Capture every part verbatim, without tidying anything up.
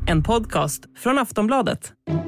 En podcast från Aftonbladet.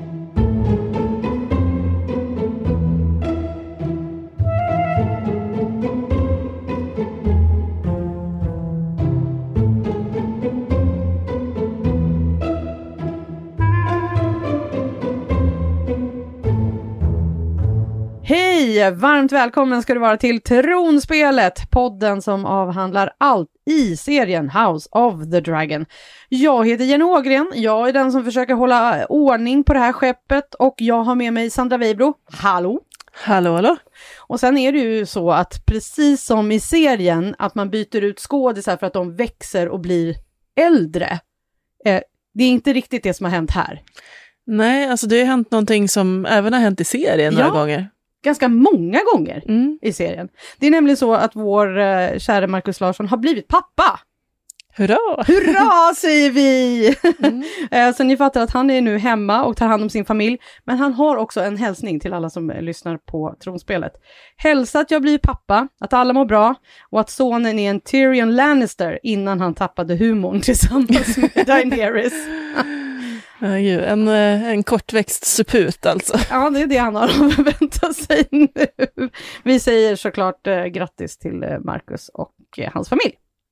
Hej! Varmt välkommen ska du vara till Tronspelet, podden som avhandlar allt i serien House of the Dragon. Jag heter Jenny Ågren, jag är den som försöker hålla ordning på det här skeppet och jag har med mig Sandra Weibro. Hallå! Hallå, hallå! Och sen är det ju så att precis som i serien att man byter ut skådisar för att de växer och blir äldre. Eh, det är inte riktigt det som har hänt här. Nej, alltså det har hänt någonting som även har hänt i serien några ja. gånger. Ganska många gånger mm. i serien. Det är nämligen så att vår eh, kära Marcus Larsson har blivit pappa. Hurra! Hurra säger vi! Mm. eh, så ni fattar att han är nu hemma och tar hand om sin familj. Men han har också en hälsning till alla som eh, lyssnar på Tronspelet. Hälsa att jag blir pappa, att alla mår bra och att sonen är en Tyrion Lannister innan han tappade humorn tillsammans med Daenerys. Ja, en, en kortväxt suput alltså. Ja, det är det han har att förvänta sig nu. Vi säger såklart eh, grattis till eh, Marcus och eh, hans familj.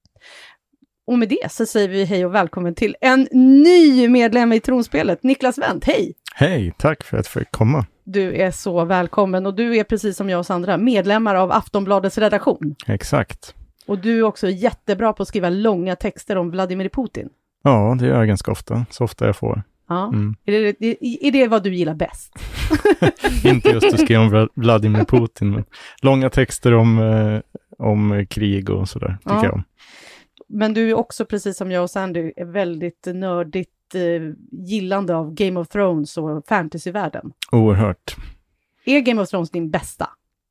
Och med det så säger vi hej och välkommen till en ny medlem i Tronspelet. Niklas Wendt, hej! Hej, tack för att jag fick komma. Du är så välkommen och du är precis som jag och Sandra medlemmar av Aftonbladets redaktion. Exakt. Och du är också jättebra på att skriva långa texter om Vladimir Putin. Ja, det gör jag ganska ofta. Så ofta jag får. Ja. Mm. Är, det, är det vad du gillar bäst? Inte just att skriva om Vladimir Putin, men långa texter om, eh, om krig och sådär, tycker ja. jag om. Men du är också, precis som jag och Sandy, är väldigt nördigt eh, gillande av Game of Thrones och fantasyvärlden. Oerhört. Är Game of Thrones din bästa?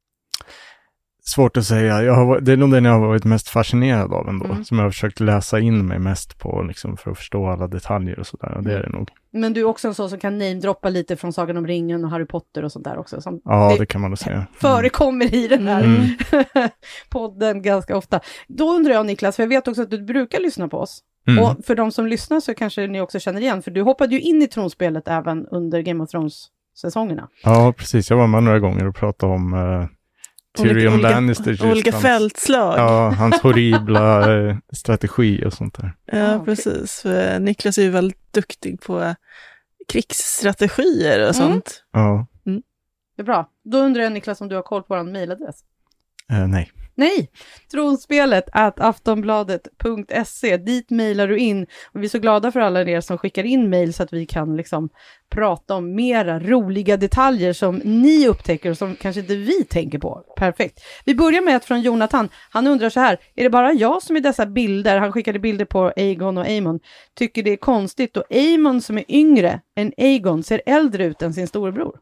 Svårt att säga. Jag har, det är nog den jag har varit mest fascinerad av ändå. Mm. Som jag har försökt läsa in mig mest på liksom, för att förstå alla detaljer och sådär. Och det är det nog. Men du är också en sån som kan namedroppa lite från Sagan om ringen och Harry Potter och sånt där också. Som Ja, det, det kan man nog säga. Mm. förekommer i den här Mm. podden ganska ofta. Då undrar jag, Niklas, för jag vet också att du brukar lyssna på oss. Mm. Och för de som lyssnar så kanske ni också känner igen. För du hoppade ju in i Tronspelet även under Game of Thrones-säsongerna. Ja, precis. Jag var med några gånger och pratade om... Uh, Tyrion olika, Lannister. Olika hans, fältslag. Ja, hans horribla eh, strategi och sånt där. Ja, precis. För Niklas är ju väldigt duktig på krigsstrategier och Mm. sånt. Ja. Mm. Det är bra. Då undrar jag, Niklas, om du har koll på vår mejladress. Eh, nej. Nej, tronspelet at aftonbladet punkt se. Dit mejlar du in. Och vi är så glada för alla er som skickar in mejl så att vi kan liksom prata om mera roliga detaljer som ni upptäcker och som kanske inte vi tänker på. Perfekt. Vi börjar med ett från Jonathan. Han undrar så här: är det bara jag som i dessa bilder, han skickade bilder på Aegon och Aemon, tycker det är konstigt och Aemon som är yngre än Aegon ser äldre ut än sin storebror?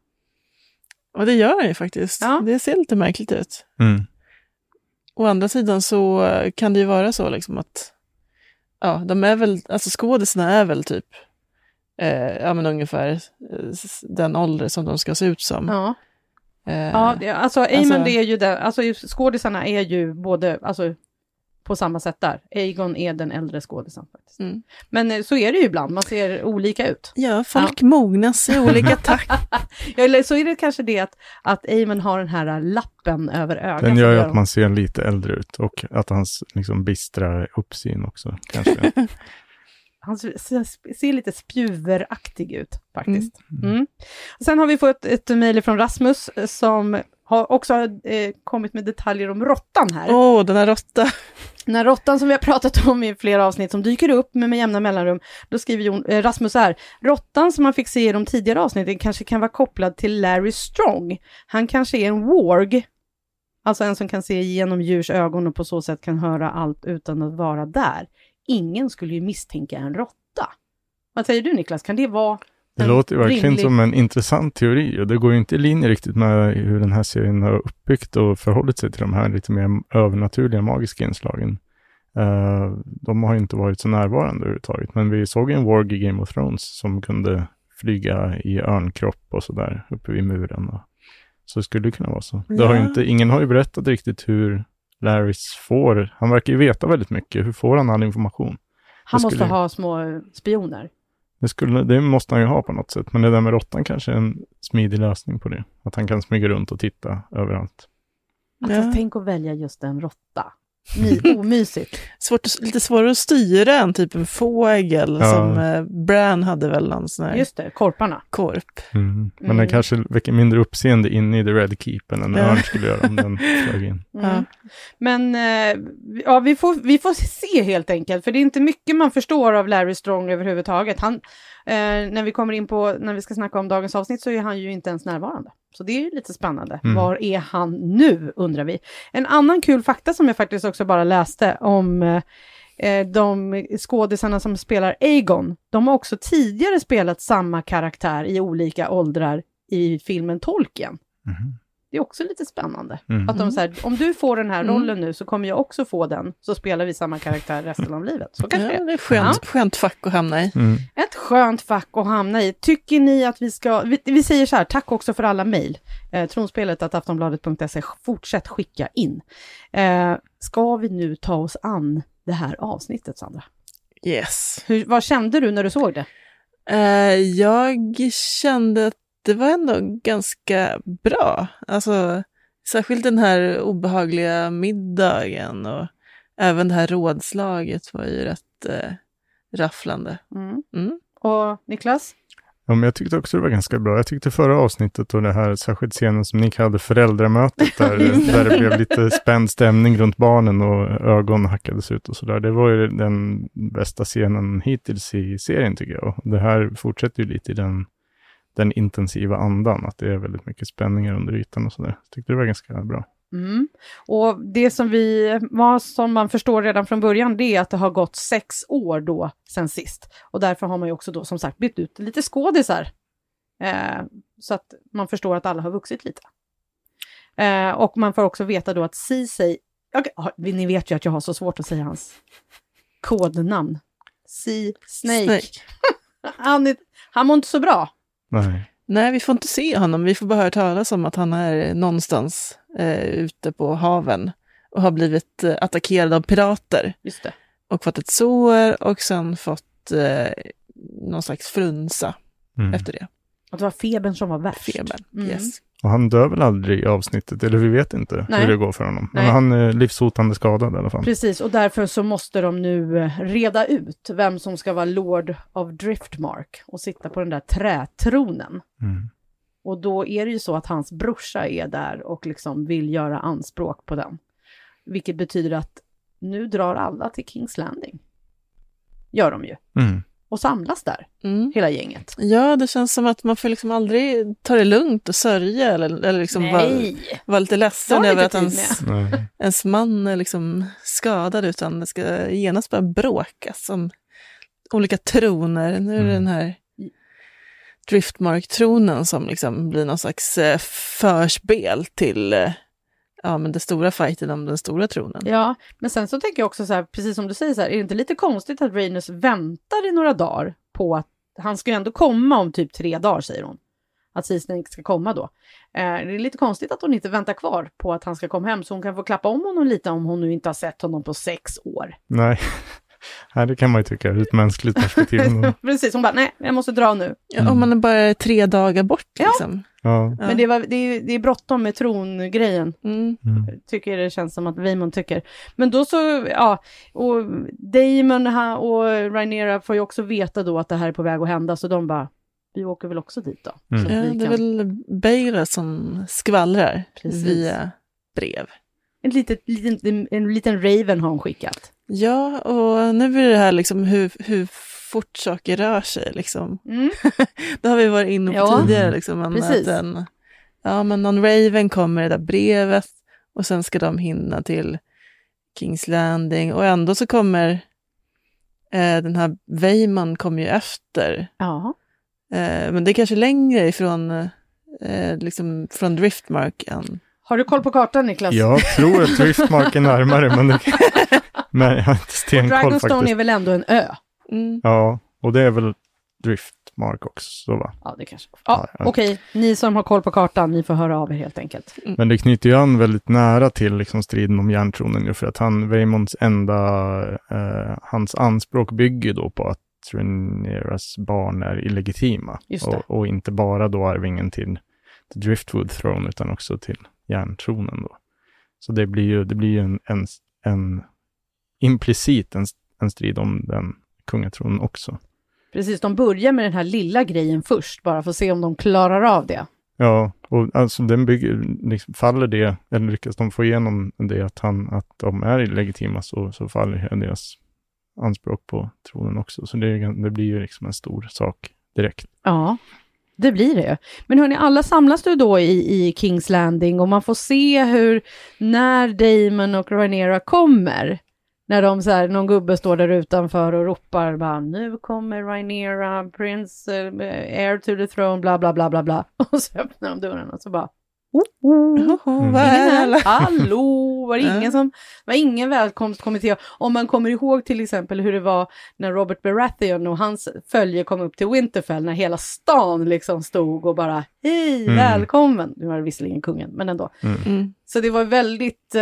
Och det gör han ju faktiskt. Ja. Det ser lite märkligt ut. Mm. Å andra sidan så kan det ju vara så liksom att ja, de är väl, alltså skådisarna är väl typ eh, ja men ungefär eh, den ålder som de ska se ut som. Ja. Eh, Ja, det, alltså Aemon alltså, det är ju den, alltså skådisarna är ju både, alltså på samma sätt där. Aegon är den äldre skådisen faktiskt. Mm. Men eh, så är det ju ibland, man ser olika ut. Ja, folk ja. mognas i olika takt. Ja, eller så är det kanske det att, att Aemon har den här lappen över ögat. Den gör ju att man ser lite äldre ut och att hans liksom bistra uppsyn också kanske. Han ser, ser lite spjuveraktig ut faktiskt. Mm. Mm. Sen har vi fått ett, ett mejl från Rasmus som har också eh, kommit med detaljer om råttan här. Åh, oh, den här råtta. Den här råttan som vi har pratat om i flera avsnitt som dyker upp med, med jämna mellanrum. Då skriver Jon, eh, Rasmus här: råttan som man fick se i de tidigare avsnitten kanske kan vara kopplad till Larry Strong. Han kanske är en warg. Alltså en som kan se genom djurs ögon och på så sätt kan höra allt utan att vara där. Ingen skulle ju misstänka en råtta. Vad säger du, Niklas? Kan det vara Det låter verkligen rimlig... som en intressant teori och det går ju inte i linje riktigt med hur den här serien har uppbyggt och förhållit sig till de här lite mer övernaturliga magiska inslagen. Uh, de har ju inte varit så närvarande överhuvudtaget, men vi såg en warg i Game of Thrones som kunde flyga i örnkropp och sådär uppe vid muren. Och så det skulle kunna vara så. Ja. Det har ju inte, ingen har ju berättat riktigt hur Larrys får, han verkar ju veta väldigt mycket. Hur får han all information? Han det måste skulle... ha små spioner. Det, skulle, det måste han ju ha på något sätt. Men det där med råttan kanske är en smidig lösning på det. Att han kan smyga runt och titta överallt. Alltså, Ja. tänk att välja just en råtta. My, omysigt. Svårt, lite svårare att styra än typ en fågel Ja. som eh, Bran hade väl någon sån här Just det, korparna. korp. Mm. Men Mm. det kanske väcker mindre uppseende inne i The Red Keep än en Ja. örn skulle göra om den flög in. Mm. Ja. Men eh, ja, vi, får, vi får se helt enkelt, för det är inte mycket man förstår av Larry Strong överhuvudtaget. Han, eh, när vi kommer in på, när vi ska snacka om dagens avsnitt, så är han ju inte ens närvarande. Så det är ju lite spännande. Mm. Var är han nu, undrar vi. En annan kul fakta som jag faktiskt också bara läste om eh, de skådisarna som spelar Aegon, de har också tidigare spelat samma karaktär i olika åldrar i filmen Tolkien. Mm. Det är också lite spännande. Mm. Att de så här, om du får den här Mm. rollen nu så kommer jag också få den. Så spelar vi samma karaktär resten av livet. Så kanske Ja, det är det är skönt, skönt fack att hamna i. Mm. ett skönt fack att hamna i. Tycker ni att vi ska... Vi, vi säger så här, tack också för alla mejl. Eh, tronspelet att aftonbladet punkt se. Fortsätt skicka in. Eh, ska vi nu ta oss an det här avsnittet, Sandra? Yes. Hur, vad kände du när du såg det? Eh, jag kände att det var ändå ganska bra. Alltså, särskilt den här obehagliga middagen och även det här rådslaget var ju rätt eh, rafflande. Mm. Mm. Och Niklas? Ja, men jag tyckte också det var ganska bra. Jag tyckte förra avsnittet och det här särskilt scenen som ni kallade föräldramötet där, där det blev lite spänd stämning runt barnen och ögon hackades ut och sådär. Det var ju den bästa scenen hittills i serien tycker jag. Och det här fortsätter ju lite i den, den intensiva andan, att det är väldigt mycket spänningar under ytan och sådär. Jag tyckte det var ganska bra. Mm. Och det som vi, vad som man förstår redan från början, det är att det har gått sex år då sen sist. Och därför har man ju också då som sagt bytt ut lite skådisar. Eh, så att man förstår att alla har vuxit lite. Eh, och man får också veta då att Ceesay, okay, ni vet ju att jag har så svårt att säga hans kodnamn. Sea Snake. Snake. han, är, han mår inte så bra. Nej. Nej, vi får inte se honom. Vi får bara höra talas om att han är någonstans eh, ute på haven och har blivit eh, attackerad av pirater Just det. och fått ett sår och sen fått eh, någon slags frunsa Mm. efter det. Att det var febern som var värst. Febern, Mm. yes. Och han dör väl aldrig i avsnittet, eller vi vet inte Nej. hur det går för honom. Nej. Men han är livshotande skadad i alla fall. Precis, och därför så måste de nu eh, reda ut vem som ska vara Lord of Driftmark och sitta på den där trätronen. Mm. Och då är det ju så att hans brorsa är där och liksom vill göra anspråk på den. Vilket betyder att nu drar alla till King's Landing. Gör de ju. Mm. Och samlas där, Mm. hela gänget. Ja, det känns som att man får liksom aldrig ta det lugnt och sörja eller, eller liksom vara, vara lite ledsen Ta lite över att tid ens, Nej. ens man är liksom skadad, utan det ska genast bara bråkas om olika troner. Nu är det Mm. den här Driftmark-tronen som liksom blir någon slags eh, förspel till eh, ja, men det stora fighten om den stora tronen. Ja, men sen så tänker jag också så här, precis som du säger så här, är det inte lite konstigt att Rhaenys väntar i några dagar på att han ska ju ändå komma om typ tre dagar, säger hon. Att Ceesay ska komma då. Eh, det är lite konstigt att hon inte väntar kvar på att han ska komma hem så hon kan få klappa om honom lite om hon nu inte har sett honom på sex år. Nej. Nej, det kan man ju tycka ur ett mänskligt perspektiv. Precis, hon bara, nej, jag måste dra nu. Ja, om man är bara tre dagar bort Ja. liksom. Ja. Ja. Men det, var, det, är, det är bråttom med trongrejen, Mm. Mm. tycker det känns som att Waymond tycker. Men då så, ja, och Daemon här och Rhaenyra får ju också veta då att det här är på väg att hända, så de bara, vi åker väl också dit då. Mm. Så att Ja, vi det är kan... väl Beira som skvallrar Precis. via brev. En, litet, liten, en liten raven har hon skickat. Ja, och nu är det här liksom hur, hur fort saker rör sig liksom. Mm. Det har vi varit inne på Ja, tidigare liksom. Men precis. att en, ja, men någon raven kommer i det där brevet och sen ska de hinna till King's Landing och ändå så kommer eh, den här Waymond kommer ju efter. Ja. Eh, men det är kanske längre ifrån eh, liksom från Driftmark än... Har du koll på kartan, Niklas? Jag tror att Driftmark är närmare, men, det... men jag har inte stenkoll Dragonstone faktiskt. är väl ändå en ö? Mm. Ja, och det är väl Driftmark också, va? Ja, det kanske. Ja, Ja, ja. okej. Ni som har koll på kartan, ni får höra av er helt enkelt. Men det knyter ju an väldigt nära till liksom striden om järntronen ju, för att han, Waymonds enda, eh, hans anspråk bygger då på att Rhaenyras barn är illegitima. Just det. Och, och inte bara då arvingen till The Driftwood Throne utan också till järntronen då. Så det blir ju, det blir ju en, en, en implicit en, en strid om den kungatronen också. Precis, de börjar med den här lilla grejen först, bara för att se om de klarar av det. Ja, och alltså den bygger, liksom, faller det, eller lyckas de få igenom det att, han, att de är illegitima så, så faller deras anspråk på tronen också. Så det, det blir ju liksom en stor sak direkt. Ja, det blir det. Men hörni, alla samlas du då i, i King's Landing och man får se hur när Daemon och Rhaenyra kommer, när de så här, någon gubbe står där utanför och ropar bara, nu kommer Rhaenyra, Prince, uh, heir to the throne, bla bla bla bla bla. Och så öppnar de dörren och så bara, oh, oh. Oh, vad är alla? Hallå, var det ingen som var ingen välkomstkommitté. Om man kommer ihåg till exempel hur det var när Robert Baratheon och hans följe kom upp till Winterfell, när hela stan liksom stod och bara, hej, Mm. välkommen. Nu var det visserligen kungen, men ändå. Mm. Mm. Så det var väldigt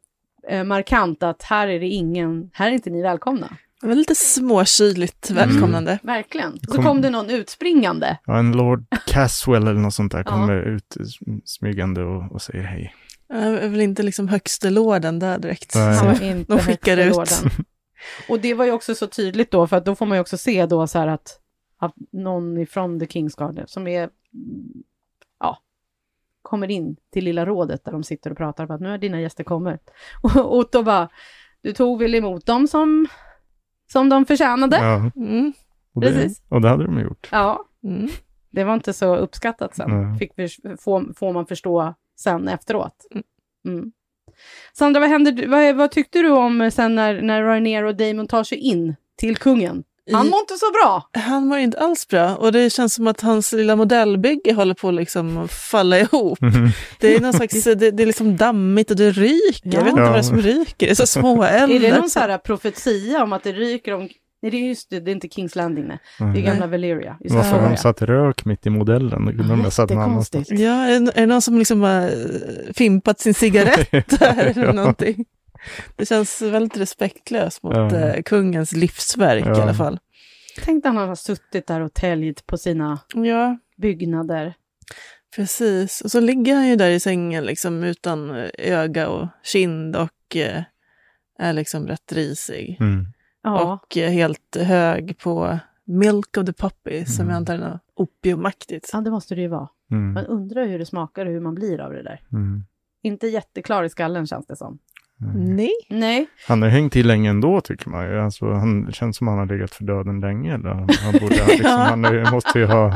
eh, markant att här är det ingen, här är inte ni välkomna. Det var lite småkyligt välkomnande. Mm. Verkligen. Så Kom- kom det någon utspringande. Ja, en Lord Caswell eller något sånt där Ja. kommer ut smygande och, och säger hej. Jag är väl inte liksom högste lorden där direkt. Nej. Han Så var inte de skickar högsta ut. lorden. Och det var ju också så tydligt då, för att då får man ju också se då så här att, att någon ifrån The King's Guard som är, mm, ja, kommer in till lilla rådet där de sitter och pratar på att nu är dina gäster kommit. Och Otto bara, du tog väl emot dem som, som de förtjänade? Ja. Ja, Mm. och, det, Precis. och det hade de gjort. Mm. Det var inte så uppskattat sen. Nej. Fick vi, får, får man förstå sen efteråt. Mm. Sandra, vad, hände, vad, vad tyckte du om sen när, när Rhaenyra och Daemon tar sig in till kungen? Han I- mår inte så bra. Han mår inte alls bra och det känns som att hans lilla modellbygge håller på liksom att falla ihop. Mhm. Det är någon slags, det, det är liksom dammigt och det ryker. Jag vet inte Ja. vad det är som ryker, det är så små eldar. Är det någon så här profetia om att det ryker om... Nej, det är just det, det är inte King's Landing, nej. Det är Mm. gamla Valyria. Just Varför det. har de satt rök mitt i modellen? Det kunde de ha satt någon annanstans. Jättekonstigt. Ja, är, är det någon som liksom har eh, fimpat sin cigarett där eller Ja. någonting? Det känns väldigt respektlöst mot Ja. eh, kungens livsverk Ja. i alla fall. Tänk att han har suttit där och täljt på sina Ja, byggnader. precis. Och så ligger han ju där i sängen liksom utan eh, öga och kind och eh, är liksom rätt risig. Ja, Mm. Och eh, helt hög på milk of the puppy som Mm. jag antar är något opiomaktigt. ja, det måste det ju vara. Mm. Man undrar hur det smakar och hur man blir av det där. Mm. Inte jätteklar i skallen känns det som. Mm. Nej. Nej, Han har hängt till länge ändå tycker man ju. Alltså, han det känns som han har legat för döden länge. Eller? Han, borde, ha, liksom, Ja. han är, måste ju ha...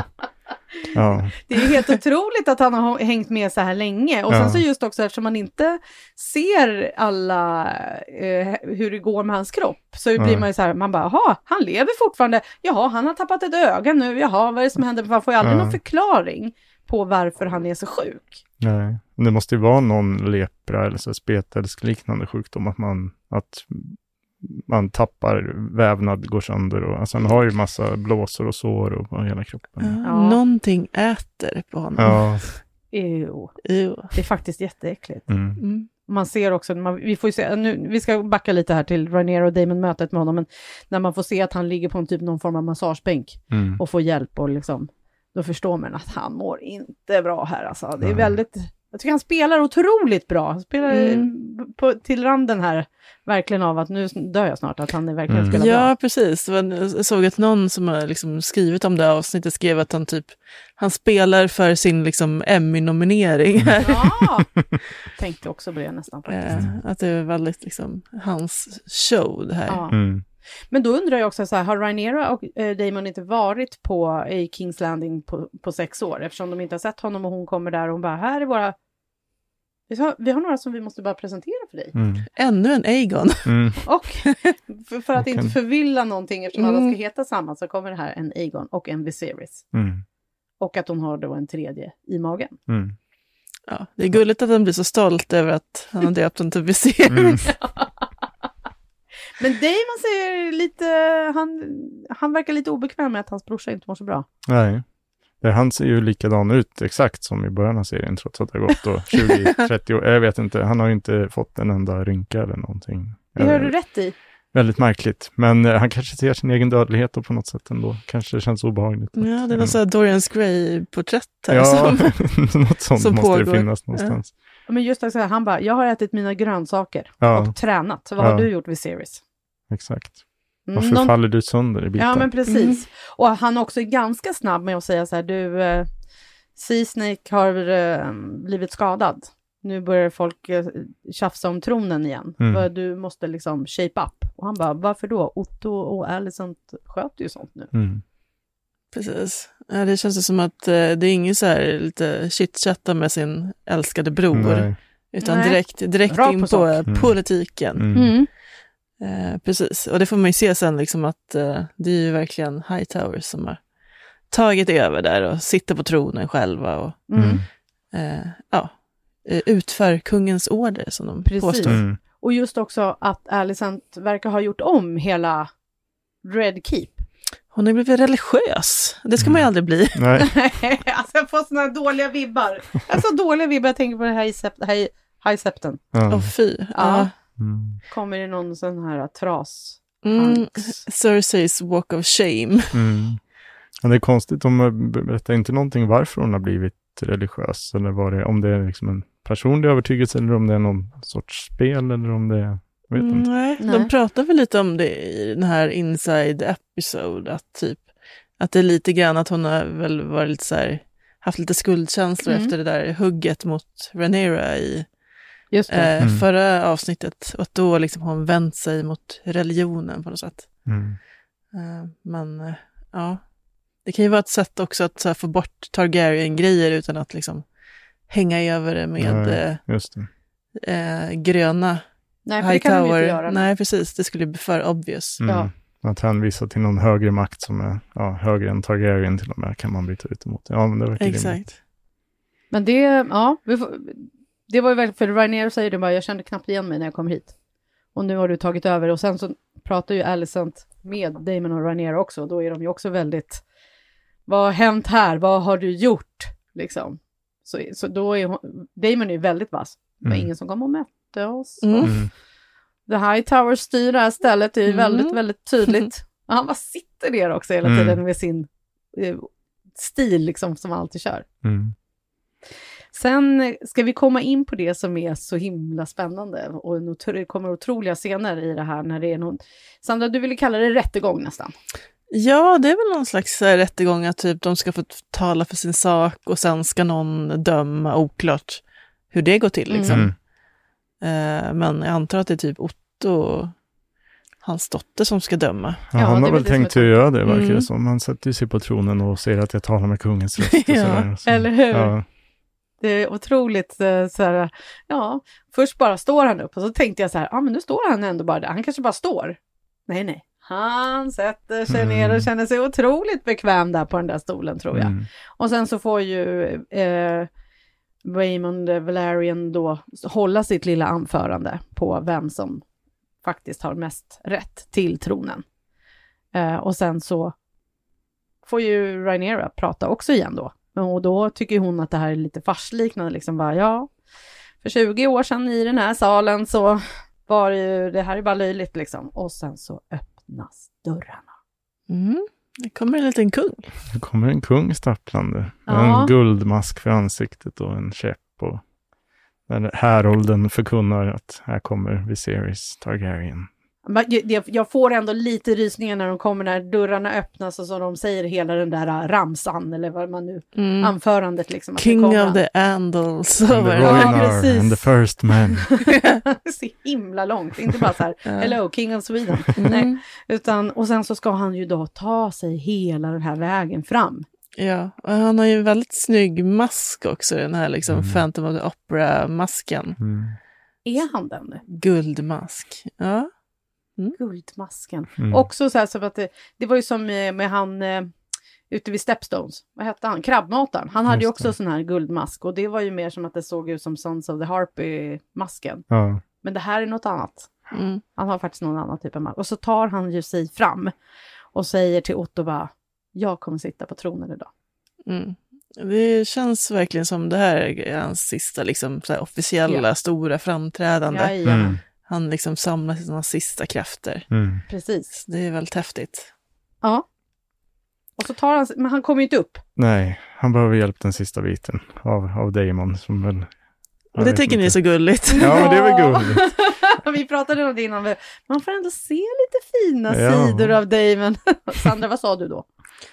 Ja. det är helt otroligt att han har hängt med så här länge. Och sen Ja. så just också eftersom man inte ser alla eh, hur det går med hans kropp. Så blir Nej. man ju så här, man bara, jaha, han lever fortfarande. Jaha, han har tappat ett öga nu. Jaha, vad är det som händer? Man får ju aldrig Ja. någon förklaring på varför han är så sjuk. Nej. Det måste ju vara någon lepra eller så spetälskliknande sjukdom. Att man, att man tappar vävnad, går sönder. Och, alltså han har ju massa blåsor och sår och på hela kroppen. Ja. Ja. Någonting äter på honom. Ja. Ew. Jo. Det är faktiskt jätteäckligt. Mm. Mm. Man ser också, man, vi får ju se, nu, vi ska backa lite här till Rhaenyra och Daemon-mötet med honom, men när man får se att han ligger på en typ någon form av massagebänk Mm. och får hjälp och liksom, då förstår man att han mår inte bra här alltså. Det är Nej. väldigt, jag tycker han spelar otroligt bra. Han spelar Mm. på, till randen här, verkligen av att nu dör jag snart, att han är verkligen Mm. spelar Ja, bra. precis. Det var- Jag såg att någon som har liksom skrivit om det här avsnittet skrev att han typ, han spelar för sin liksom Emmy-nominering här. Ja, tänkte också på det nästan faktiskt. Eh, att det är väldigt liksom hans show det här. Ja. Mm. Men då undrar jag också så här, har Rhaenyra och eh, Daemon inte varit på i King's Landing på, på sex år? Eftersom de inte har sett honom och hon kommer där och hon bara, här är våra... Vi har, vi har några som vi måste bara presentera för dig. Mm. Ännu en Aegon. Mm. Och för, för att Och inte en- förvilla någonting eftersom alla Mm. ska heta samma så kommer det här en Aegon och en Viserys. Mm. Och att hon har då en tredje i magen. Mm. Ja, det är gulligt att han blir så stolt över att han har döpt den till Viserys. Mm. Men Daemon ser lite, han, han verkar lite obekväm med att hans brorsa inte mår så bra. Nej. Det, han ser ju likadan ut exakt som i början av serien trots att det har gått då tjugo trettio år. Jag vet inte, han har ju inte fått en enda rynka eller någonting. Det har Eller- du rätt i. väldigt märkligt. Men eh, han kanske ser sin egen dödlighet då på något sätt ändå. Kanske det känns obehagligt. Ja, det är något sådär Dorian Gray-porträtt här. Ja, som, något sånt som måste pågår. det finnas någonstans. Ja. Men just det, han bara, jag har ätit mina grönsaker Ja. och tränat. Så vad Ja. har du gjort vid Series? Exakt. Mm, Varför någon- faller du sönder i bitar? Ja, men precis. Mm. Och han också är ganska snabb med att säga så här, du, eh, Sea Snake har eh, blivit skadad. Nu börjar folk eh, tjafsa om tronen igen. Mm. För du måste liksom shape up. Och han bara, varför då? Otto och Alicent sköter ju sånt nu. Mm. Precis. Ja, det känns ju som att eh, det är ingen så här lite chitchatta med sin älskade bror. Nej. Utan Nej. direkt, direkt Rakt in på på, sak. eh, Mm. politiken. Mm. Mm. Eh, precis. Och det får man ju se sen liksom att eh, det är ju verkligen Hightower som har tagit över där och sitter på tronen själva och Mm. eh, ja, eh, utför kungens order som de Precis. påstår. Mm. Och just också att Alicent verkar ha gjort om hela Red Keep. Hon har blivit religiös. Det ska man ju aldrig bli. Nej. Alltså jag får såna här dåliga vibbar. Jag får så dåliga vibbar, jag tänker på det här i sept- här i High Septon. Ja. Åh fy. Ja. Ja. Mm. Kommer det någon sån här tras? Mm, Hanks. Cerseis walk of shame. Mm. Ja, det är konstigt, de berättar inte någonting varför hon har blivit religiös. Eller vad det är, om det är liksom en personlig övertygelse eller om det är någon sorts spel eller om det är, jag vet Mm, inte. nej, Nej. de pratar väl lite om det i den här inside episode, att typ att det är lite grann att hon har väl varit lite så här, haft lite skuldkänslor Mm. efter det där hugget mot Rhaenyra i Just det. eh, Mm. förra avsnittet, och att då liksom har hon vänt sig mot religionen på något sätt. Mm. Eh, men eh, ja, det kan ju vara ett sätt också att så här, få bort Targaryen-grejer utan att liksom hänga över det med Nej, just det. eh, gröna Nej, för det kan de ju inte Hightower. göra. Nej, precis. Det skulle bli för obvious. Mm. Ja. Att hänvisa till någon högre makt som är ja, högre än Targaryen till och med kan man byta ut emot. Ja, men det verkar rimligt. Exakt. Men det, ja, vi får, det var ju verkligen, för Rhaenyra säger det bara, jag kände knappt igen mig när jag kom hit. Och nu har du tagit över. Och sen så pratar ju Alicent med Daemon och Rhaenyra också. Och då är de ju också väldigt, vad har hänt här? Vad har du gjort? Liksom. Så, så då är hon, Daemon är ju väldigt vass. Det var Mm. ingen som kom och mätte oss. Mm. Mm. The Hightower styr det här stället, det är ju Mm. väldigt, väldigt tydligt. Och han bara sitter där också hela Mm. tiden med sin eh, stil liksom som han alltid kör. Mm. Sen eh, ska vi komma in på det som är så himla spännande och en otro- det kommer otroliga scener i det här när det är någon... Sandra, du ville kalla det rättegång nästan. Ja, det är väl någon slags så här, rättegång att typ de ska få tala för sin sak och sen ska någon döma, oklart hur det går till liksom. Mm. Eh, men jag antar att det är typ Otto och hans dotter som ska döma. Ja, Ja, han det har är väl väl det som tänkt är att göra det, verkar Mm. det som. Han sätter sig på tronen och ser att jag talar med kungens röst. Och Ja, sådär. Så, eller hur? Ja. Det är otroligt eh, så här, ja, först bara står han upp och så tänkte jag så här, ja men nu står han ändå bara där, han kanske bara står. Nej, nej. Han sätter sig Mm. ner och känner sig otroligt bekväm där på den där stolen tror jag. Mm. Och sen så får ju eh, Waymond Valerian då hålla sitt lilla anförande på vem som faktiskt har mest rätt till tronen. Eh, och sen så får ju Rhaenyra prata också igen då. Men, och då tycker hon att det här är lite farsliknande. Liksom bara, ja, för tjugo år sedan i den här salen så var det ju, det här är bara löjligt liksom. Och sen så öppnas dörrarna. Mm. Det kommer en liten kung. Det kommer en kung stapplande. Ja. En guldmask för ansiktet och en käpp. Och där härolden förkunnar att här kommer Viserys Targaryen. Men det- Jag får ändå lite rysningar när de kommer, när dörrarna öppnas och så de säger hela den där ramsan eller vad man nu, Mm. anförandet liksom. Att det King kommer of the Andals. And the over. Ja, Rhoynar precis. and the first man. så himla långt, inte bara så här, Ja. hello King of Sweden. Mm. Nej, utan, och sen så ska han ju då ta sig hela den här vägen fram. Ja, och han har ju en väldigt snygg mask också, den här liksom Mm. Phantom of the Opera-masken. Mm. Är han den nu? Guldmask. Ja. Guldmasken. Mm. Också så här så att det, det var ju som med, med han eh, ute vid Stepstones. Vad hette han? Krabbmataren. Han hade ju Just också det. sån här guldmask. Och det var ju mer som att det såg ut som Sons of the Harpy-masken. Ja. Men det här är något annat. Mm. Han har faktiskt någon annan typ av mask. Och så tar han ju sig fram. Och säger till Otto bara, jag kommer sitta på tronen idag. Mm. Det känns verkligen som det här är hans sista liksom, så här officiella Ja. stora framträdande. Jajamän. Mm. han liksom samlar sina sista krafter. Mm. Precis. Det är väldigt häftigt. Ja. Och så tar han, men han kommer ju inte upp. Nej, han behöver hjälp den sista biten av, av Daemon som väl... Och det tycker ni är så gulligt. Ja, men det är väl gulligt. Vi pratade om det innan. Man får ändå se lite fina Ja. sidor av Daemon. Sandra, vad sa du då?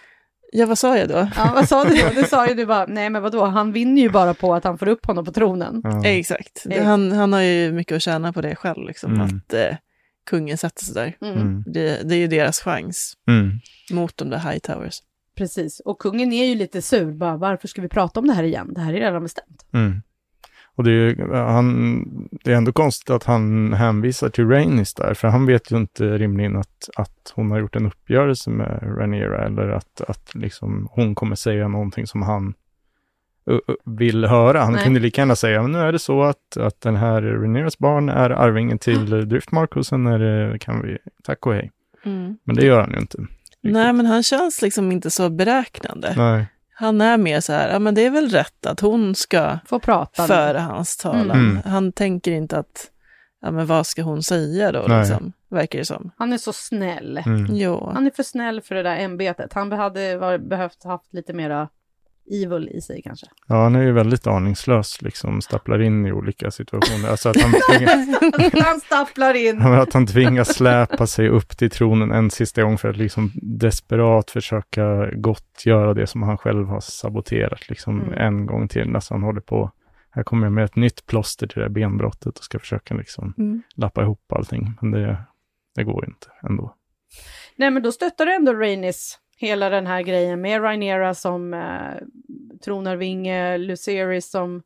Ja, vad sa jag då? Ja, vad sa du då? Du sa ju du bara, nej men vadå, han vinner ju bara på att han får upp honom på tronen. Ja. Exakt. Det, Eh. han, han har ju mycket att tjäna på det själv, liksom, Mm. att eh, kungen sätter sig där. Mm. Mm. Det, det är ju deras chans Mm. mot de där High Towers. Precis, och kungen är ju lite sur, bara varför ska vi prata om det här igen? Det här är redan bestämt. Mm. Och det är, han, det är ändå konstigt att han hänvisar till Rhaenys där, för han vet ju inte rimligen att, att hon har gjort en uppgörelse med Rhaenyra, eller att, att liksom hon kommer säga någonting som han uh, uh, vill höra. Han Nej. kunde lika gärna säga, men nu är det så att, att den här Rhaenyras barn är arvingen till mm. Driftmark, och sen är det, kan vi, tack och hej. Mm. Men det gör han ju inte. Riktigt. Nej, men han känns liksom inte så beräknande. Nej. Han är mer så här, ja men det är väl rätt att hon ska Får prata. föra hans talan. Mm. Han tänker inte att, ja men vad ska hon säga då, Nej. liksom, verkar det som. Han är så snäll. Mm. Jo. Han är för snäll för det där ämbetet. Han hade var, behövt haft lite mera evil i sig kanske. Ja, han är ju väldigt aningslös, liksom stapplar in i olika situationer. Alltså att han tvingas, Han stapplar in. att han tvingas släpa sig upp till tronen en sista gång för att liksom desperat försöka gottgöra det som han själv har saboterat liksom Mm. en gång till. Nästan han håller på, här kommer jag med ett nytt plåster till det här benbrottet och ska försöka liksom Mm. lappa ihop allting. Men det, det går inte ändå. Nej, men då stöttar du ändå Rhaenys hela den här grejen med Rhaenyra som eh, tronarvinge, Lucerys som,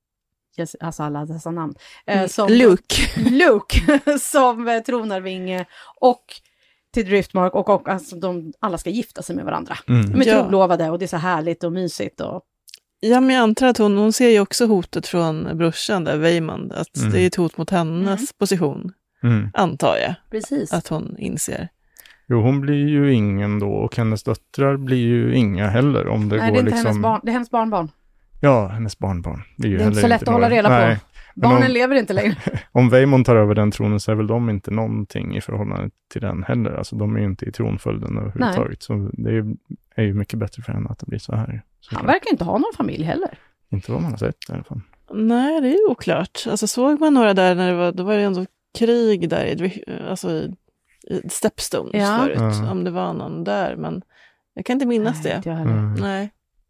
yes, alltså alla dessa namn, eh, Mm. som Luke. Luke som eh, tronarvinge och till Driftmark och, och alltså de alla ska gifta sig med varandra. Mm. De är Ja. trolovade och det är så härligt och mysigt och Ja, men jag antar att hon, hon ser ju också hotet från brorsan där, Waymond, att Mm. det är ett hot mot hennes Mm. position, Mm. antar jag, precis. att hon inser. Jo, hon blir ju ingen då och hennes döttrar blir ju inga heller om det Nej, går det är inte liksom... hennes barn, det är hennes barnbarn. Ja, hennes barnbarn. Det är, ju Det är inte heller så lätt att hålla några- reda på. Nej. Barnen om- lever inte längre. Om Waymond tar över den tronen så är väl de inte någonting i förhållande till den heller. Alltså de är ju inte i tronföljden överhuvudtaget. Så det är, är ju mycket bättre för henne att det blir så här. Så Han verkar inte ha någon familj heller. Inte vad man har sett i alla fall. Nej, det är oklart. Alltså såg man några där när det var, då var det ändå krig där i, Dri- alltså i, i Stepstones Ja. förut, Ja. om det var någon där, men jag kan inte minnas Nej, det. inte jag heller. Mm. Nej.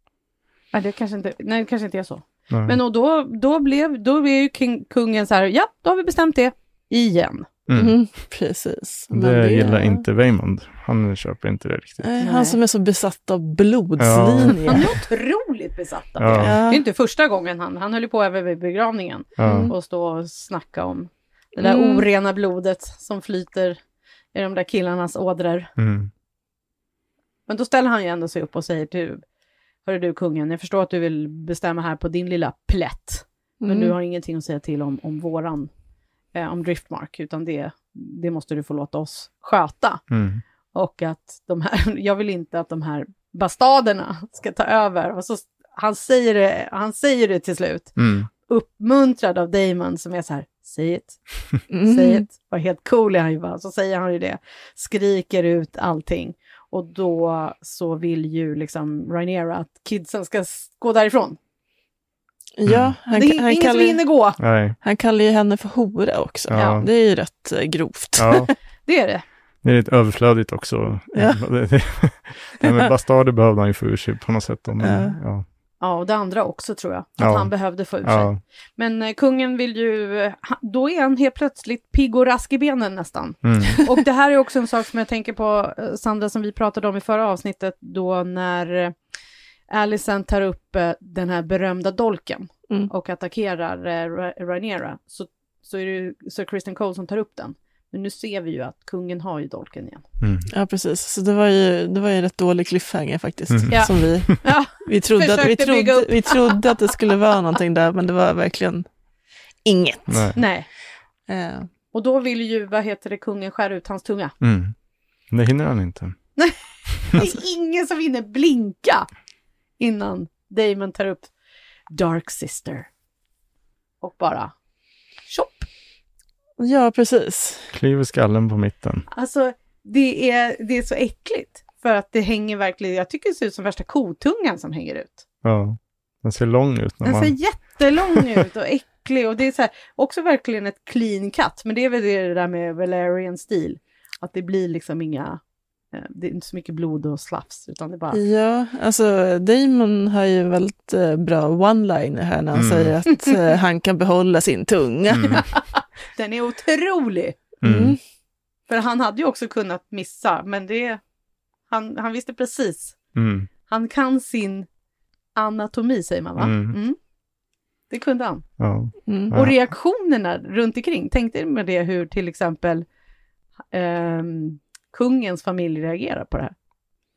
Nej, det kanske inte, nej, det kanske inte är så. Nej. Men och då, då blev, då är ju king, kungen så här, ja, då har vi bestämt det igen. Mm. Mm, precis. Men Det gillar inte Waymond. Han köper inte det riktigt. Nej, Nej. han som är så besatt av blodslinjer. Han är otroligt besatt av Ja. det. Det är Ja. inte första gången han, han höll ju på över vid begravningen Ja. Mm. och stå och snacka om det där Mm. orena blodet som flyter i de där killarnas ådror. Mm. Men då ställer han ju ändå sig upp och säger du, hörru du kungen, jag förstår att du vill bestämma här på din lilla plätt. Men Mm. du har ingenting att säga till om, om våran, eh, om Driftmark, utan det, det måste du få låta oss sköta. Mm. Och att de här, jag vill inte att de här bastarderna ska ta över. Och så, han, säger det, han säger det till slut, Mm. uppmuntrad av Daemon som är så här, säg it, Mm. säg it. Var helt cool är han ju bara. Så säger han ju det, skriker ut allting. Och då så vill ju liksom Rhaenyra att kidsen ska s- gå därifrån. Ja, han, det är han, ingen kallar, som hinner gå. Nej. han kallar ju henne för hora också. Ja. Det är ju rätt eh, grovt. Ja. Det är det. Det är lite överflödigt också. Ja. Det, det, det med bastarder behövde han ju få ur sig på något sätt. Då, men, Ja. ja. Ja, och det andra också tror jag. Att Ja. han behövde få ur sig. Ja. Men eh, kungen vill ju, eh, ha- då är han helt plötsligt pigg och rask i benen nästan. Mm. Och det här är också en sak som jag tänker på, eh, Sandra, som vi pratade om i förra avsnittet, då när eh, Alicent tar upp eh, den här berömda dolken Mm. och attackerar eh, Ra- Rhaenyra, så, så är det ju Sir Criston Cole som tar upp den. Men nu ser vi ju att kungen har ju dolken igen. Mm. Ja, precis. Så det var ju, det var ju en rätt dålig cliffhanger faktiskt. Mm. Ja. Som vi, Ja, vi, trodde att, vi, Försökte bygga trodde, upp. vi trodde att det skulle vara någonting där, men det var verkligen inget. Nej. nej. Eh, Och då vill ju, vad heter det, kungen skära ut hans tunga. Mm. Det hinner han inte. Det är ingen som hinner blinka innan Daemon tar upp Dark Sister. Och bara, tjopp. Ja, precis. Kliver skallen på mitten. Alltså, det är, det är så äckligt. För att det hänger verkligen, jag tycker det ser ut som värsta kotungan som hänger ut. Ja, den ser lång ut. När Den man... ser jättelång ut och äcklig. Och det är så här, också verkligen ett clean cut. Men det är väl det där med Valerian stil. Att det blir liksom inga, det är inte så mycket blod och slafs. Utan det bara... Ja, alltså Damon har ju väldigt eh, bra one-liner här när han Mm. säger att eh, han kan behålla sin tunga. Mm. Den är otrolig. Mm. Mm. För han hade ju också kunnat missa. Men det, han, han visste precis. Mm. Han kan sin anatomi, säger man va? Mm. Mm. Det kunde han. Ja. Mm. Ja. Och reaktionerna runt omkring. Tänkte du med det hur till exempel ehm, kungens familj reagerar på det här?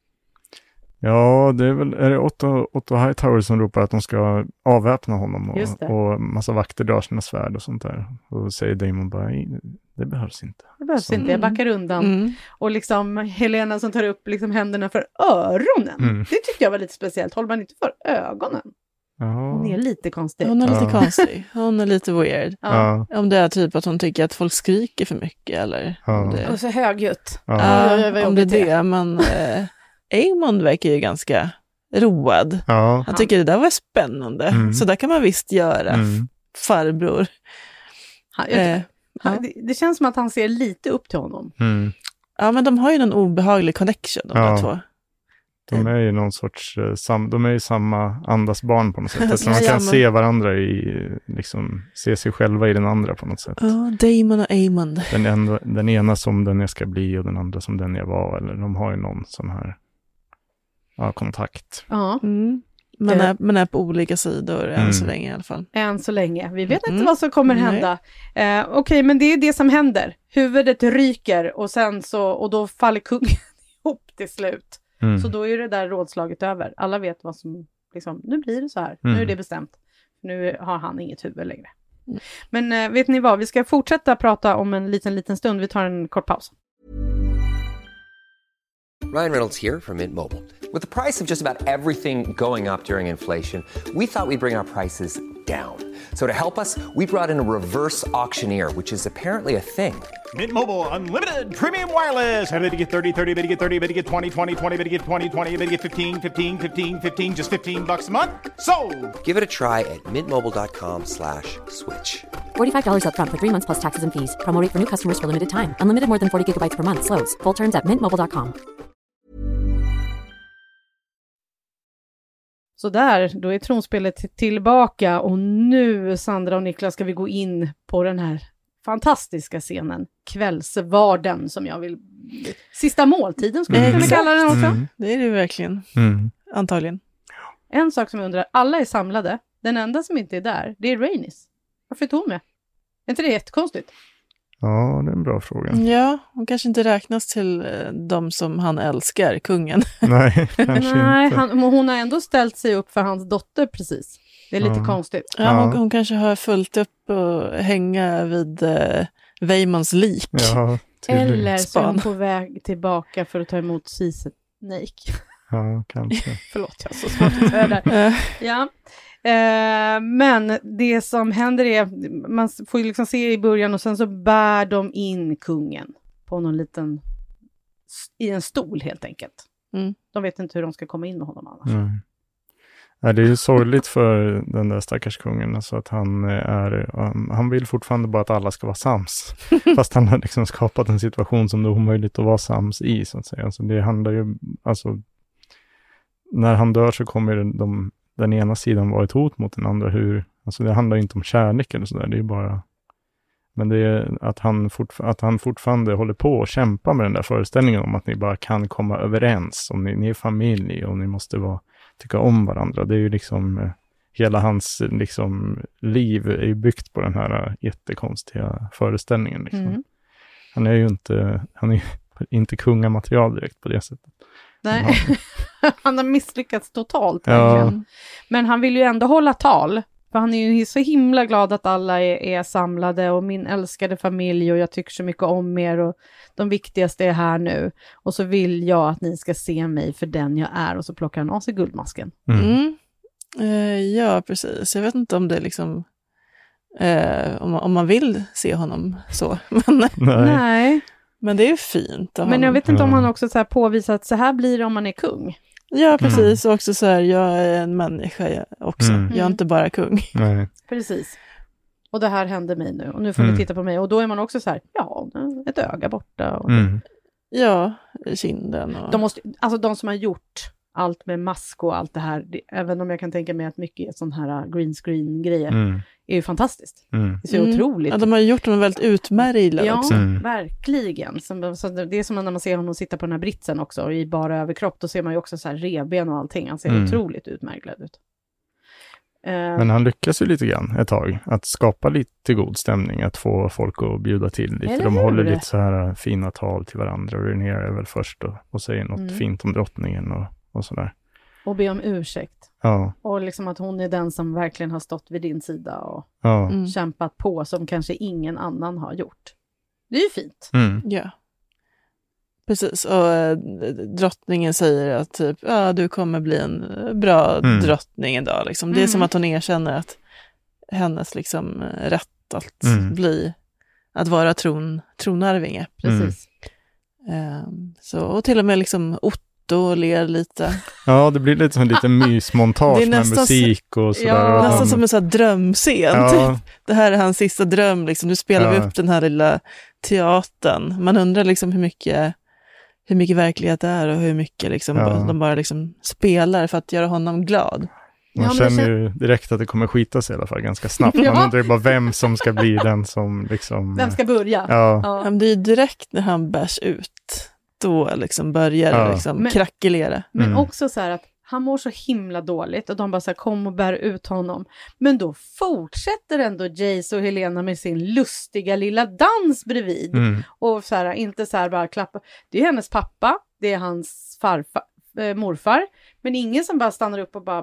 Ja, det är väl, är det Otto, Otto Hightower som ropar att de ska avväpna honom Just och, det. och massa vakter drar sina svärd och sånt där. Och säger Damon bara, det behövs inte. Det behövs Så- inte, jag backar undan. Mm. Och liksom Helena som tar upp liksom händerna för öronen. Mm. Det tyckte jag var lite speciellt. Håller man inte för ögonen? Hon är Ja. lite konstig. Hon är lite Ja. konstig. Hon är lite weird. Ja. Ja. Om det är typ att hon tycker att folk skriker för mycket eller Ja. om det, Och så högljutt. Ja. ja, Oj, oj, vad om det är jobbigt det det. Men eh, Aemond verkar ju ganska road. Ja. Han tycker det där var spännande. Mm. Så där kan man visst göra, Mm. farbror. Han, jag, Eh, han, ja. det, det känns som att han ser lite upp till honom. Mm. ja, men de har ju någon obehaglig connection de Ja. där två. De är ju någon sorts, eh, sam, de är ju samma andas barn på något sätt. Alltså man Ja, kan men- se varandra i, liksom, se sig själva i den andra på något sätt. Ja, Damon och Aemond. Den, enda, den ena som den jag ska bli och den andra som den jag var. Eller de har ju någon sån här ja, kontakt. Ja, Mm. Men, Eh. är, men är på olika sidor än Mm. så länge i alla fall. än så länge. Vi vet Mm. inte vad som kommer Nej. hända. Eh, Okej, men det är det som händer. Huvudet ryker och sen så, och då faller kungen ihop till slut. Mm. Så då är det där rådslaget över. Alla vet vad som, liksom, nu blir det så här. Nu Mm. är det bestämt. Nu har han inget huvud längre. Mm. Men eh, vet ni vad, vi ska fortsätta prata om en liten, liten stund. Vi tar en kort paus. Ryan Reynolds here from Mint Mobile. With the price of just about everything going up during inflation, we thought we'd bring our prices down. So to help us, we brought in a reverse auctioneer, which is apparently a thing. Mint Mobile Unlimited Premium Wireless. How to get thirty, thirty, bit to get thirty, bit to get twenty, twenty, twenty, bit to get twenty, twenty, bit to get fifteen, fifteen, fifteen, fifteen, just fifteen bucks a month? Sold! Give it a try at mintmobile.com slash switch. forty-five dollars up front for three months plus taxes and fees. Promo rate for new customers for limited time. Unlimited more than forty gigabytes per month. Slows full terms at mint mobile dot com. Så där, då är tronspelet tillbaka och nu, Sandra och Niklas, ska vi gå in på den här fantastiska scenen, kvällsvarden som jag vill, sista måltiden skulle jag kunna Exakt. kalla den också. Mm. Det är det ju verkligen, Mm. antagligen. En sak som jag undrar, alla är samlade, den enda som inte är där, det är Rhaenys. Varför är inte hon med? Är inte det jättekonstigt? Ja, det är en bra fråga. Ja, hon kanske inte räknas till eh, de som han älskar, kungen. Nej, kanske Nej, inte. han, men hon har ändå ställt sig upp för hans dotter precis. Det är lite Ja. konstigt. Ja, hon, Ja. hon kanske har fullt upp och hänga vid eh, Vaemons lik. Ja, tydligen. Eller så är hon Span. på väg tillbaka för att ta emot Seaset Snake. Ja, kanske. Förlåt, jag har så svårt att säga där. Eh, Ja. Eh, men det som händer är, man får ju liksom se i början och sen så bär de in kungen på någon liten, i en stol helt enkelt. Mm. De vet inte hur de ska komma in med honom annars. Mm. Ja, det är ju sorgligt för den där stackars kungen. Alltså att han är, um, han vill fortfarande bara att alla ska vara sams. Fast han har liksom skapat en situation som det är omöjligt att vara sams i, så att säga. Alltså det handlar ju, alltså när han dör så kommer de, den ena sidan vara ett hot mot den andra. Hur, alltså det handlar inte om kärlek eller sådär, det är bara, men det är att han, fortfar- att han fortfarande håller på och kämpar med den där föreställningen om att ni bara kan komma överens, om ni, ni är familj och ni måste vara, tycka om varandra. Det är ju liksom, eh, hela hans liksom, liv är ju byggt på den här eh, jättekonstiga föreställningen. Liksom. Mm. Han är ju inte, han är inte kungamaterial direkt på det sättet. Nej, han har misslyckats totalt. Ja. verkligen. Men han vill ju ändå hålla tal. För han är ju så himla glad att alla är, är samlade och min älskade familj och jag tycker så mycket om er och de viktigaste är här nu. Och så vill jag att ni ska se mig för den jag är och så plockar han av sig guldmasken. Mm. Mm. Eh, ja, precis. Jag vet inte om det liksom Eh, om, man, om man vill se honom så. men, Nej. Nej. men det är ju fint. Men jag vet inte om han också så här påvisar att så här blir det om man är kung. Ja, precis. Och också så här, jag är en människa också. Mm. Jag är inte bara kung. Nej. Precis. Och det här hände mig nu. Och nu får Mm. ni titta på mig. Och då är man också så här, ja, ett öga borta. Och Mm. Ja, kinden. Och... de, måste, alltså de som har gjort allt med mask och allt det här, det, även om jag kan tänka mig att mycket är sån här green screen-grejer, Mm. är ju fantastiskt. Mm. Det är så Mm. otroligt. Ja, de har gjort dem väldigt utmärglade Ja, också. Mm. verkligen. Som, så det är som när man ser honom sitta på den här britsen också, i bara överkropp, då ser man ju också så här revben och allting. Han ser Mm. otroligt utmärglad ut. Uh, Men han lyckas ju lite grann ett tag att skapa lite god stämning, att få folk att bjuda till lite. Eller De hur? håller lite så här fina tal till varandra och Rhaenyra är väl först och, och säger något Mm. fint om drottningen och, och sådär. och be om ursäkt. Ja, Och liksom att hon är den som verkligen har stått vid din sida och ja. Mm. kämpat på som kanske ingen annan har gjort. Det är ju fint. Mm. Ja. Precis, och äh, drottningen säger att typ, ja, du kommer bli en äh, bra Mm. drottning idag. Liksom. Det är Mm. som att hon erkänner att hennes liksom, äh, rätt att Mm. bli, att vara tron, tronarvinge. Precis. Ähm, så, och till och med liksom Otto ler lite. Ja, det blir lite som en liten mysmontage Det är med nästan musik och sådär. Ja. och Nästan han- som en sån här drömscen. Ja. Typ. Det här är hans sista dröm. Liksom. Nu spelar vi Ja. upp den här lilla teatern. Man undrar liksom hur mycket, hur mycket verklighet det är och hur mycket liksom, Ja. de bara liksom spelar för att göra honom glad. Man Ja, men känner det ju direkt att det kommer skita sig i alla fall ganska snabbt. Ja. Man undrar ju bara vem som ska bli den som liksom... Vem ska börja? Ja, Ja. Men det är ju direkt när han bärs ut. Då liksom börjar det Ja. liksom Men- krackelera. Men Mm. också så här att han mår så himla dåligt och de bara så här, kom och bär ut honom. Men då fortsätter ändå Jace och Helena med sin lustiga lilla dans bredvid. mm. Och så här, inte så här bara klappa. Det är hennes pappa, det är hans farfar, äh, morfar. Men ingen som bara stannar upp och bara,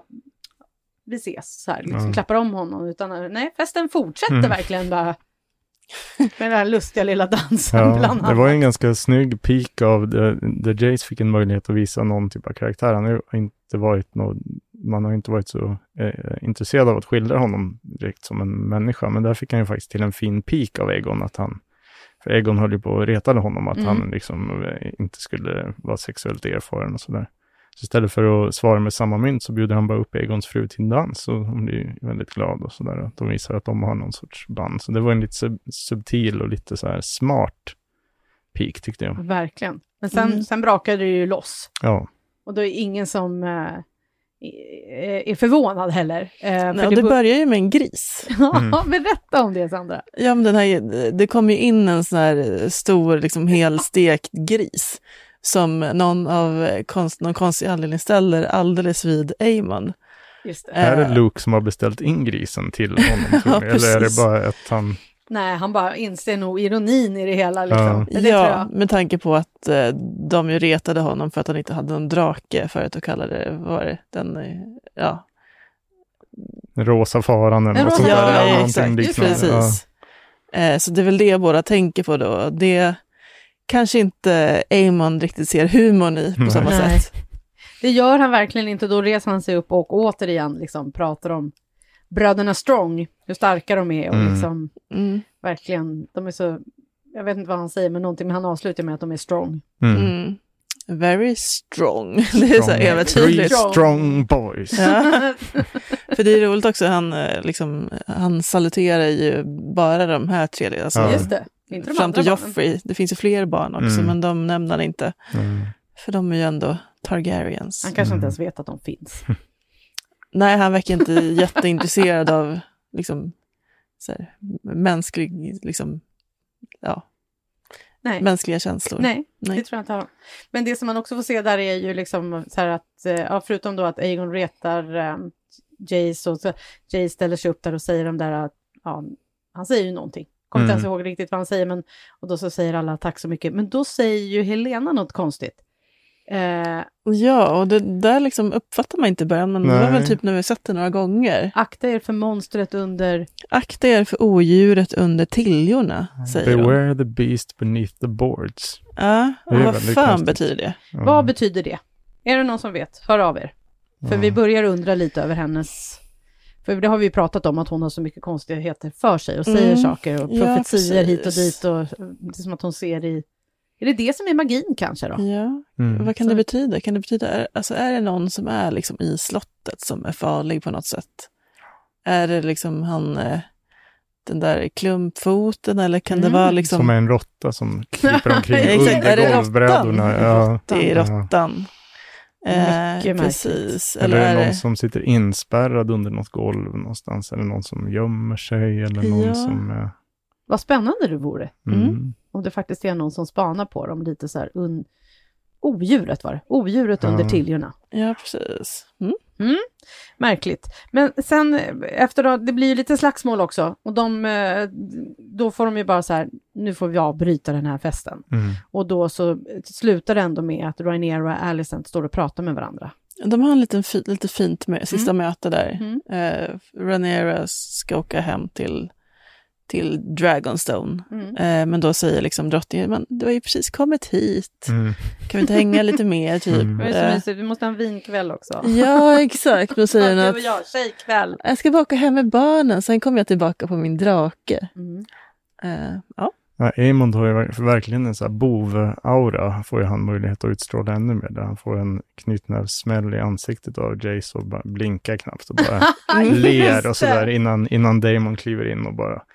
vi ses så här, liksom Mm. klappar om honom. Utan nej, festen fortsätter Mm. verkligen bara. Med den här lustiga lilla dansen Ja, bland annat. det var ju en ganska snygg peak av där, där Jace fick en möjlighet att visa någon typ av karaktär. Han har ju inte varit någon, man har inte varit så eh, intresserad av att skildra honom direkt som en människa. Men där fick han ju faktiskt till en fin peak av Aegon. Att han, för Aegon höll ju på att retade honom att Mm. han liksom eh, inte skulle vara sexuellt erfaren och sådär. Så istället för att svara med samma mynt så bjuder han bara upp Aegons fru till en dans och hon blir väldigt glad och sådär. De visar att de har någon sorts band. Så det var en lite sub- subtil och lite så här smart peak tyckte jag. Verkligen. Men sen, Mm. sen brakade det ju loss. Ja, Och då är ingen som eh, är är förvånad heller. Eh, Nej, för och det bo- börjar ju med en gris. Ja, berätta om det, Sandra. Ja, men den här, det kom ju in en sån här stor, liksom helstekt gris som någon av konst, någon konstig anledning ställer alldeles vid Aemon. Just det. här Eh. är Luke som har beställt in grisen till honom. tror Ja, ni. Eller är det precis. bara att han... Nej, han bara inser nog ironin i det hela. Liksom. Ja. Men det tror Ja, jag. med tanke på att eh, de ju retade honom för att han inte hade någon drake förut och kallade det, vad var det, den, eh, ja. Rosa faran eller En något rosa sånt där. faran, eller ja, någonting exakt. liknande. Precis. Eh, så det är väl det båda tänker på då. Det kanske inte Aemon riktigt ser humorn i på Nej. samma Nej. sätt. Det gör han verkligen inte. Då reser han sig upp och återigen liksom pratar om bröderna Strong, hur starka de är och Mm. liksom Mm. verkligen, de är så, jag vet inte vad han säger, men någonting, men han avslutar med att de är strong. Mm. Mm. Very strong. Det är så Strong. övertydligt. Three strong boys. Ja. För det är roligt också, han, eh, liksom, han saluterar ju bara de här tre. Alltså, Ja. Just det, inte de fram andra till barnen. Joffrey. Det finns ju fler barn också, Mm. men de nämner han inte. Mm. För de är ju ändå Targaryens. Han kanske Mm. inte ens vet att de finns. Nej, han verkar inte jätteintresserad av liksom, så här, mänsklig, liksom, ja, Nej. mänskliga känslor. Nej, Nej. det tror jag inte har. Men det som man också får se där är ju liksom så här att, eh, ja, förutom då att Aegon retar eh, Jace och så, Jace ställer sig upp där och säger de där, att, ja, han säger ju någonting. Kommer inte Mm. ens ihåg riktigt vad han säger, men, och då så säger alla tack så mycket. Men då säger ju Helena något konstigt. Eh, Ja, och det där liksom uppfattar man inte i början, men det var Nej. väl typ när vi har sett det några gånger. akta er för monstret under... Akta er för odjuret under tiljorna, säger de. Beware the beast beneath the boards. Ja, och Det är vad väldigt fan konstigt. betyder det? Ja. Vad betyder det? Är det någon som vet? Hör av er. För Ja. vi börjar undra lite över hennes För det har vi ju pratat om, att hon har så mycket konstigheter för sig och säger Mm. saker och Ja, profetier hit och precis. dit. Och det är som att hon ser i... Är det det som är magin kanske då? Ja, Mm. vad kan Så- det betyda? Kan det betyda, är, alltså är det någon som är liksom i slottet som är farlig på något sätt? Är det liksom han, eh, den där klumpfoten, eller kan det Mm. vara liksom... Som är en råtta som kryper omkring Exakt, är under det golvbrädorna. råttan? Ja. Det är Ja. råttan. Eh, Mycket märkligt. precis. Eller Eller är det är någon det... som sitter inspärrad under något golv någonstans? Eller någon som gömmer sig? Eller någon Ja. som... är- Vad spännande det vore. Mm. Mm. Om det faktiskt är någon som spanar på dem lite så här... Un... Odjuret var det. Odjuret Ja. under tiljorna. Ja, precis. Mm. Märkligt. Men sen eh, efter då, det blir ju lite slagsmål också. Och de, eh, då får de ju bara så här, nu får vi avbryta den här festen. Mm. Och då så slutar det ändå med att Rhaenyra och Alicent står och pratar med varandra. De har en liten fi, lite fint mö, sista möte där. Mm. Eh, Rhaenyra ska åka hem till, till Dragonstone. Mm. Eh, men då säger liksom drottningen, men du har ju precis kommit hit. Mm. Kan vi inte hänga lite mer typ? Mm. Det är så Eh, mysigt, vi måste ha en vinkväll också. ja, exakt. Då säger hon Du att och jag, tjejkväll. jag ska bara åka hem med barnen, sen kommer jag tillbaka på min drake. Mm. Eh, ja. Ja, Aemond har ju ver- verkligen en sån här bov-aura. Får ju han möjlighet att utstråla ännu mer. Där han får en knytnävssmäll i ansiktet av Jace och bara blinkar knappt och bara ler och sådär innan, innan Daemon kliver in och bara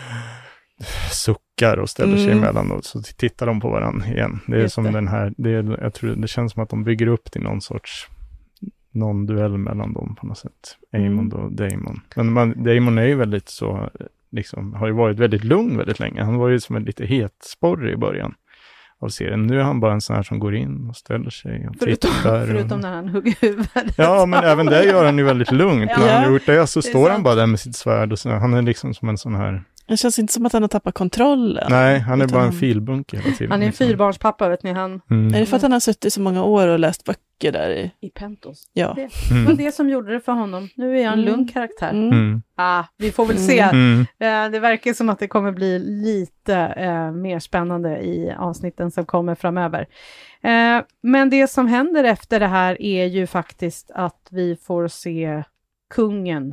suckar och ställer sig Mm. emellan, och så tittar de på varandra igen. Det är Just som det. den här, det, är, jag tror, det känns som att de bygger upp till någon sorts någon duell mellan dem på något sätt. Aemond och Daemon. Men man, Daemon är ju väldigt så, liksom, har ju varit väldigt lugn väldigt länge. Han var ju som en lite het sporre i början av serien. Nu är han bara en sån här som går in och ställer sig och Förutom, tittar. förutom och... när han hugger huvudet. Ja, men även det gör han ju väldigt lugnt. Ja. När han har gjort det så Det är står han sant. bara där med sitt svärd. Och så, han är liksom som en sån här... Det känns inte som att han har tappat kontrollen. Nej, han är Utan bara en han- filbunke hela tiden. Han är en liksom. fyrbarnspappa, vet ni, han Mm. Är det för att han har suttit så många år och läst böcker där i? i Pentos. Ja. Det det var Mm. det som gjorde det för honom. Nu är jag en Mm. lugn karaktär. Mm. Mm. Ah, vi får väl se. Mm. Eh, det verkar som att det kommer bli lite eh, mer spännande i avsnitten som kommer framöver. Eh, men det som händer efter det här är ju faktiskt att vi får se kungen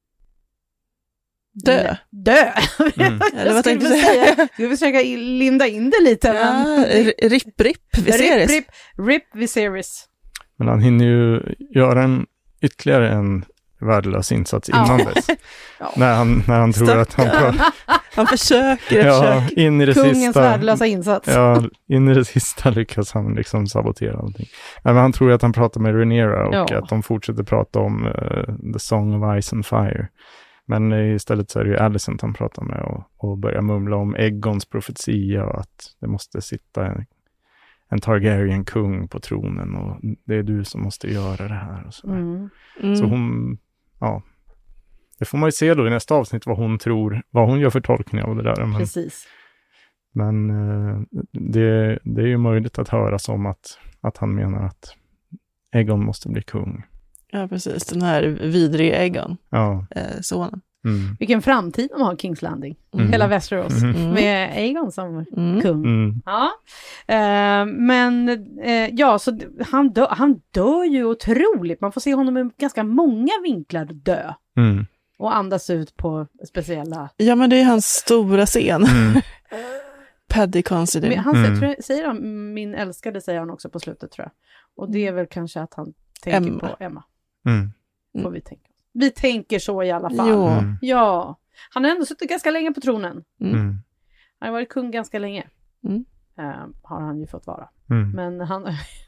Dö. Dö! Mm. Eller vad Jag tänkte skulle du säga, säga? jag skulle försöka i- linda in det lite. Ja, men... r- ripp, ripp, Viserys. Rip, rip, rip Viserys. Men han hinner ju göra en ytterligare en värdelös insats Ja. innan dess. Ja. När han, när han tror att han... Stackarn. Han försöker, Ja, försöker. in i det Kungens sista. värdelösa insats. Ja, in i det sista lyckas han liksom sabotera allting. Ja, men han tror ju att han pratar med Rhaenyra och Ja. att de fortsätter prata om uh, The Song of Ice and Fire. Men uh, istället så är det ju Alicent han pratar med och, och börjar mumla om Eggons profetia och att det måste sitta en, en Targaryen-kung på tronen och det är du som måste göra det här. Och så. Mm. Mm. så hon, ja, det får man ju se då i nästa avsnitt vad hon tror, vad hon gör för tolkning av det där. Men, Precis. men eh, det, det är ju möjligt att höra som att, att han menar att Egon måste bli kung. Ja, precis. Den här vidriga Egon, Ja. eh, sonen. Mm. Vilken framtid de har, Kings Landing. Mm. Hela Västerås. Mm. Med Aegon som Mm. kung. Mm. Ja. Eh, men eh, ja, så d- han, dö, han dör ju otroligt. Man får se honom i ganska många vinklar dö. Mm. Och andas ut på speciella... Ja, men det är hans stora scen. Mm. Paddy Considine. Men han Mm. säger, tror jag, säger han, min älskade säger han också på slutet, tror jag. Och det är väl kanske att han tänker Emma. på Emma. Mm. Får vi tänka. Vi tänker så i alla fall. Jo. Mm. Ja. Han har ändå suttit ganska länge på tronen. Mm. Mm. Han har varit kung ganska länge. Mm. Eh, har han ju fått vara. Mm. Men han...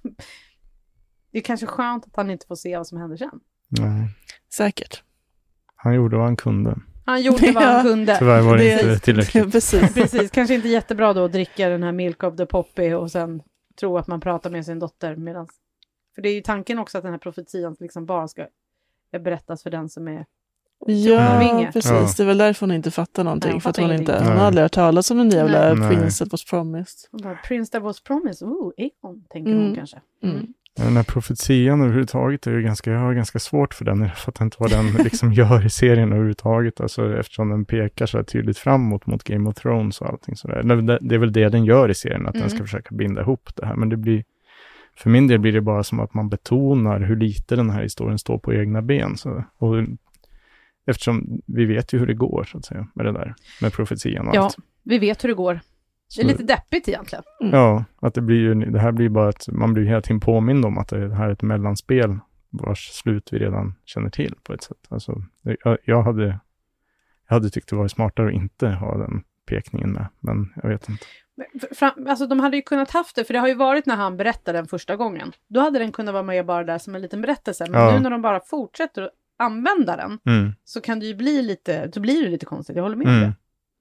det är kanske skönt att han inte får se vad som händer sen. Nej. Säkert. Han gjorde vad han kunde. Han gjorde vad Ja. han kunde. Tyvärr var det, Det- inte tillräckligt. Precis. Precis, kanske inte jättebra då att dricka den här Milk of the Poppy och sen tro att man pratar med sin dotter medan... För det är ju tanken också att den här profetian liksom bara ska berättas för den som är... Ja, Vinge. precis. Ja. Det är väl därför hon inte fattar någonting. Nej, hon för att fattar hon, ingenting. inte, hon Nej. har aldrig hört talas om den jävla Nej. Prince that was promised. Hon bara, Prince that was promised, ooh, Egon, tänker Mm. hon kanske. Mm. Den här profetian överhuvudtaget är ju ganska, jag har ganska svårt för den. Jag fattar inte vad den liksom gör i serien överhuvudtaget. Alltså, eftersom den pekar så här tydligt framåt mot Game of Thrones och allting sådär. Det, det är väl det den gör i serien, att Mm. den ska försöka binda ihop det här. Men det blir, för min del blir det bara som att man betonar hur lite den här historien står på egna ben. Så, och eftersom vi vet ju hur det går så att säga med det där, med profetian och Ja, allt. vi vet hur det går. Det är lite deppigt egentligen. Mm. Ja, att det blir ju, det här blir bara att man blir hela tiden påmind om att det här är ett mellanspel vars slut vi redan känner till på ett sätt. Alltså, jag, jag, hade, jag hade tyckt det var smartare att inte ha den pekningen med, men jag vet inte. Fram, alltså de hade ju kunnat haft det, för det har ju varit när han berättade den första gången. Då hade den kunnat vara med bara där som en liten berättelse, men Ja. nu när de bara fortsätter att använda den Mm. så kan det ju bli lite, så blir det lite konstigt, jag håller med om Mm.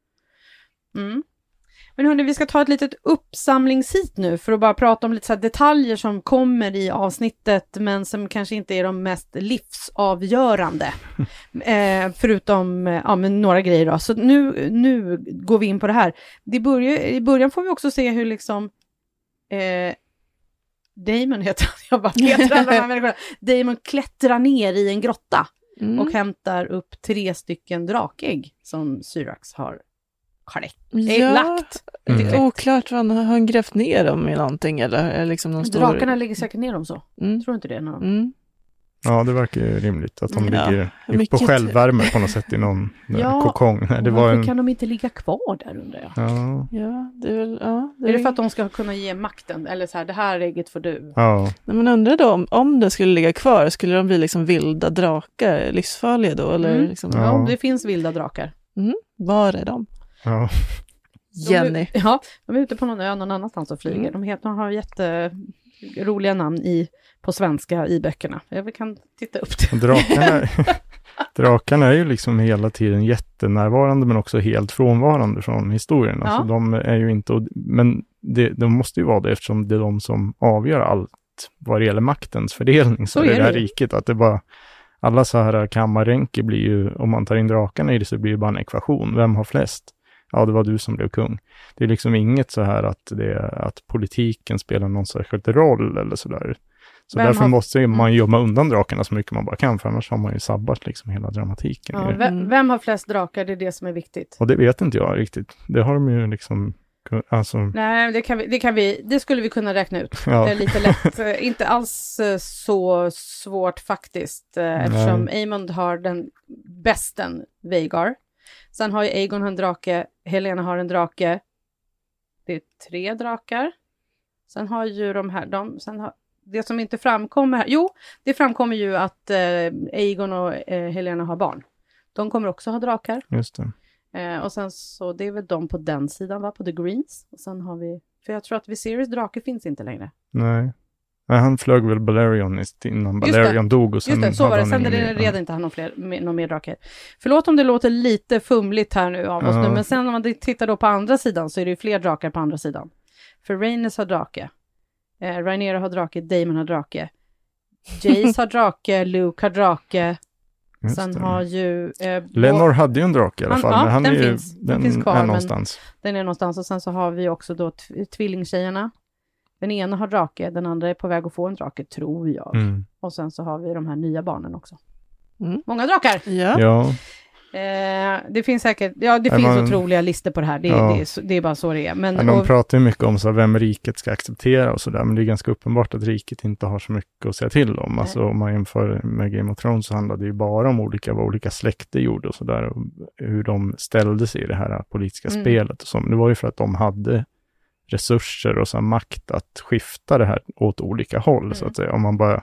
det. Mm. Men hörni, vi ska ta ett litet uppsamlingshit nu för att bara prata om lite så här detaljer som kommer i avsnittet men som kanske inte är de mest livsavgörande. eh, förutom eh, ja, men några grejer då. Så nu, nu går vi in på det här. Det börjar, I början får vi också se hur liksom eh, Damon heter han, jag bara heter alla de här människorna. Damon klättrar ner i en grotta Mm. och hämtar upp tre stycken drakägg som Syrax har kläckt. Ja, lagt. Mm. det är oklart, vad han har han grävt ner dem i någonting eller är liksom någon stor... Drakarna lägger säkert ner dem så. Mm. Tror du inte det? När de... Mm. Ja, det verkar ju rimligt att de Mm. Ja, ligger i- mycket- på självvärme på något sätt i någon Ja, kokong. Nej, det Och var varför en... kan de inte ligga kvar där, undrar jag? Ja, Ja, det är väl... Ja, Är det för att de ska kunna ge makten? Eller så här, det här ägget får du. ja. Nej, men undrar då om, om det skulle ligga kvar, skulle de bli liksom vilda drakar, livsfarliga då? Eller Mm. liksom, Ja. Ja. Det finns vilda drakar. mm. Var är de? ja. Jenny. De är, ja, de är ute på någon ö någon annanstans och flyger. Mm. De, heter, de har jätteroliga namn i, på svenska i böckerna. Jag kan titta upp det. Och drakarna, drakarna är ju liksom hela tiden jättenärvarande men också helt frånvarande från historien. Alltså Ja. de är ju inte, men det, de måste ju vara det eftersom det är de som avgör allt vad det gäller maktens fördelning. Så, Så är är det här det. riket att det bara, alla så här kammarränker blir ju, om man tar in drakarna i det så blir det bara en ekvation. Vem har flest? Ja, det var du som blev kung. Det är liksom inget så här att, det, att politiken spelar någon särskild roll eller sådär. Så Vem därför har- måste ju man gömma undan drakarna så mycket man bara kan, för annars har man ju sabbat liksom hela dramatiken. i Ja, det. vem, vem har flest drakar? Det är det som är viktigt. Och det vet inte jag riktigt. Det har de ju liksom, alltså, Nej, det kan vi, det kan vi, det skulle vi kunna räkna ut. Ja. Det är lite lätt, eh, inte alls eh, så svårt faktiskt, eh, eftersom Aemond har den bästen Vhagar. Sen har ju Aegon en drake, Helena har en drake. Det är tre drakar. Sen har ju de här, de, sen har, det som inte framkommer här, jo, det framkommer ju att eh, Aegon och eh, Helena har barn. De kommer också ha drakar. just det. Eh, och sen så, det är väl de på den sidan, va? På The Greens. Och sen har vi, för jag tror att Viserys drake finns inte längre. Nej. Nej, han flög väl Balerion ist- innan Just det. Balerion dog och sen Just det, så hade var det. han Sen ingen det mer. red inte han någon, fler, med, någon mer drake. Förlåt om det låter lite fumligt här nu av oss Ja. nu, men sen om man tittar då på andra sidan så är det ju fler drakar på andra sidan. För Rhaenys har drake. Eh, Rhaenyra har drake, Daemon har drake. Jace har drake, Luke har drake. Just Sen det. har ju... Eh, Lenor hade ju en drake i alla Han- fall, ja, men han den är ju, finns. Den den finns kvar, är men- någonstans. Den är någonstans, och sen så har vi också då tv- tvillingtjejerna. Den ena har drake, den andra är på väg att få en drake, tror jag. Mm. Och sen så har vi de här nya barnen också. Mm. Många drakar! Ja. Ja, Eh, det finns säkert, ja det Nej, finns man- otroliga listor på det här, det, Ja. det, är, så- det är bara så det är. Men, men de och, pratar ju mycket om så här, vem riket ska acceptera och sådär, men det är ganska uppenbart att riket inte har så mycket att säga till om. Alltså om man jämför med Game of Thrones så handlade det ju bara om olika, vad olika släkter gjorde och sådär, och hur de ställde sig i det här politiska Mm. spelet och så. Men det var ju för att de hade resurser och så här, makt att skifta det här åt olika håll, så Mm. att säga. Om man bara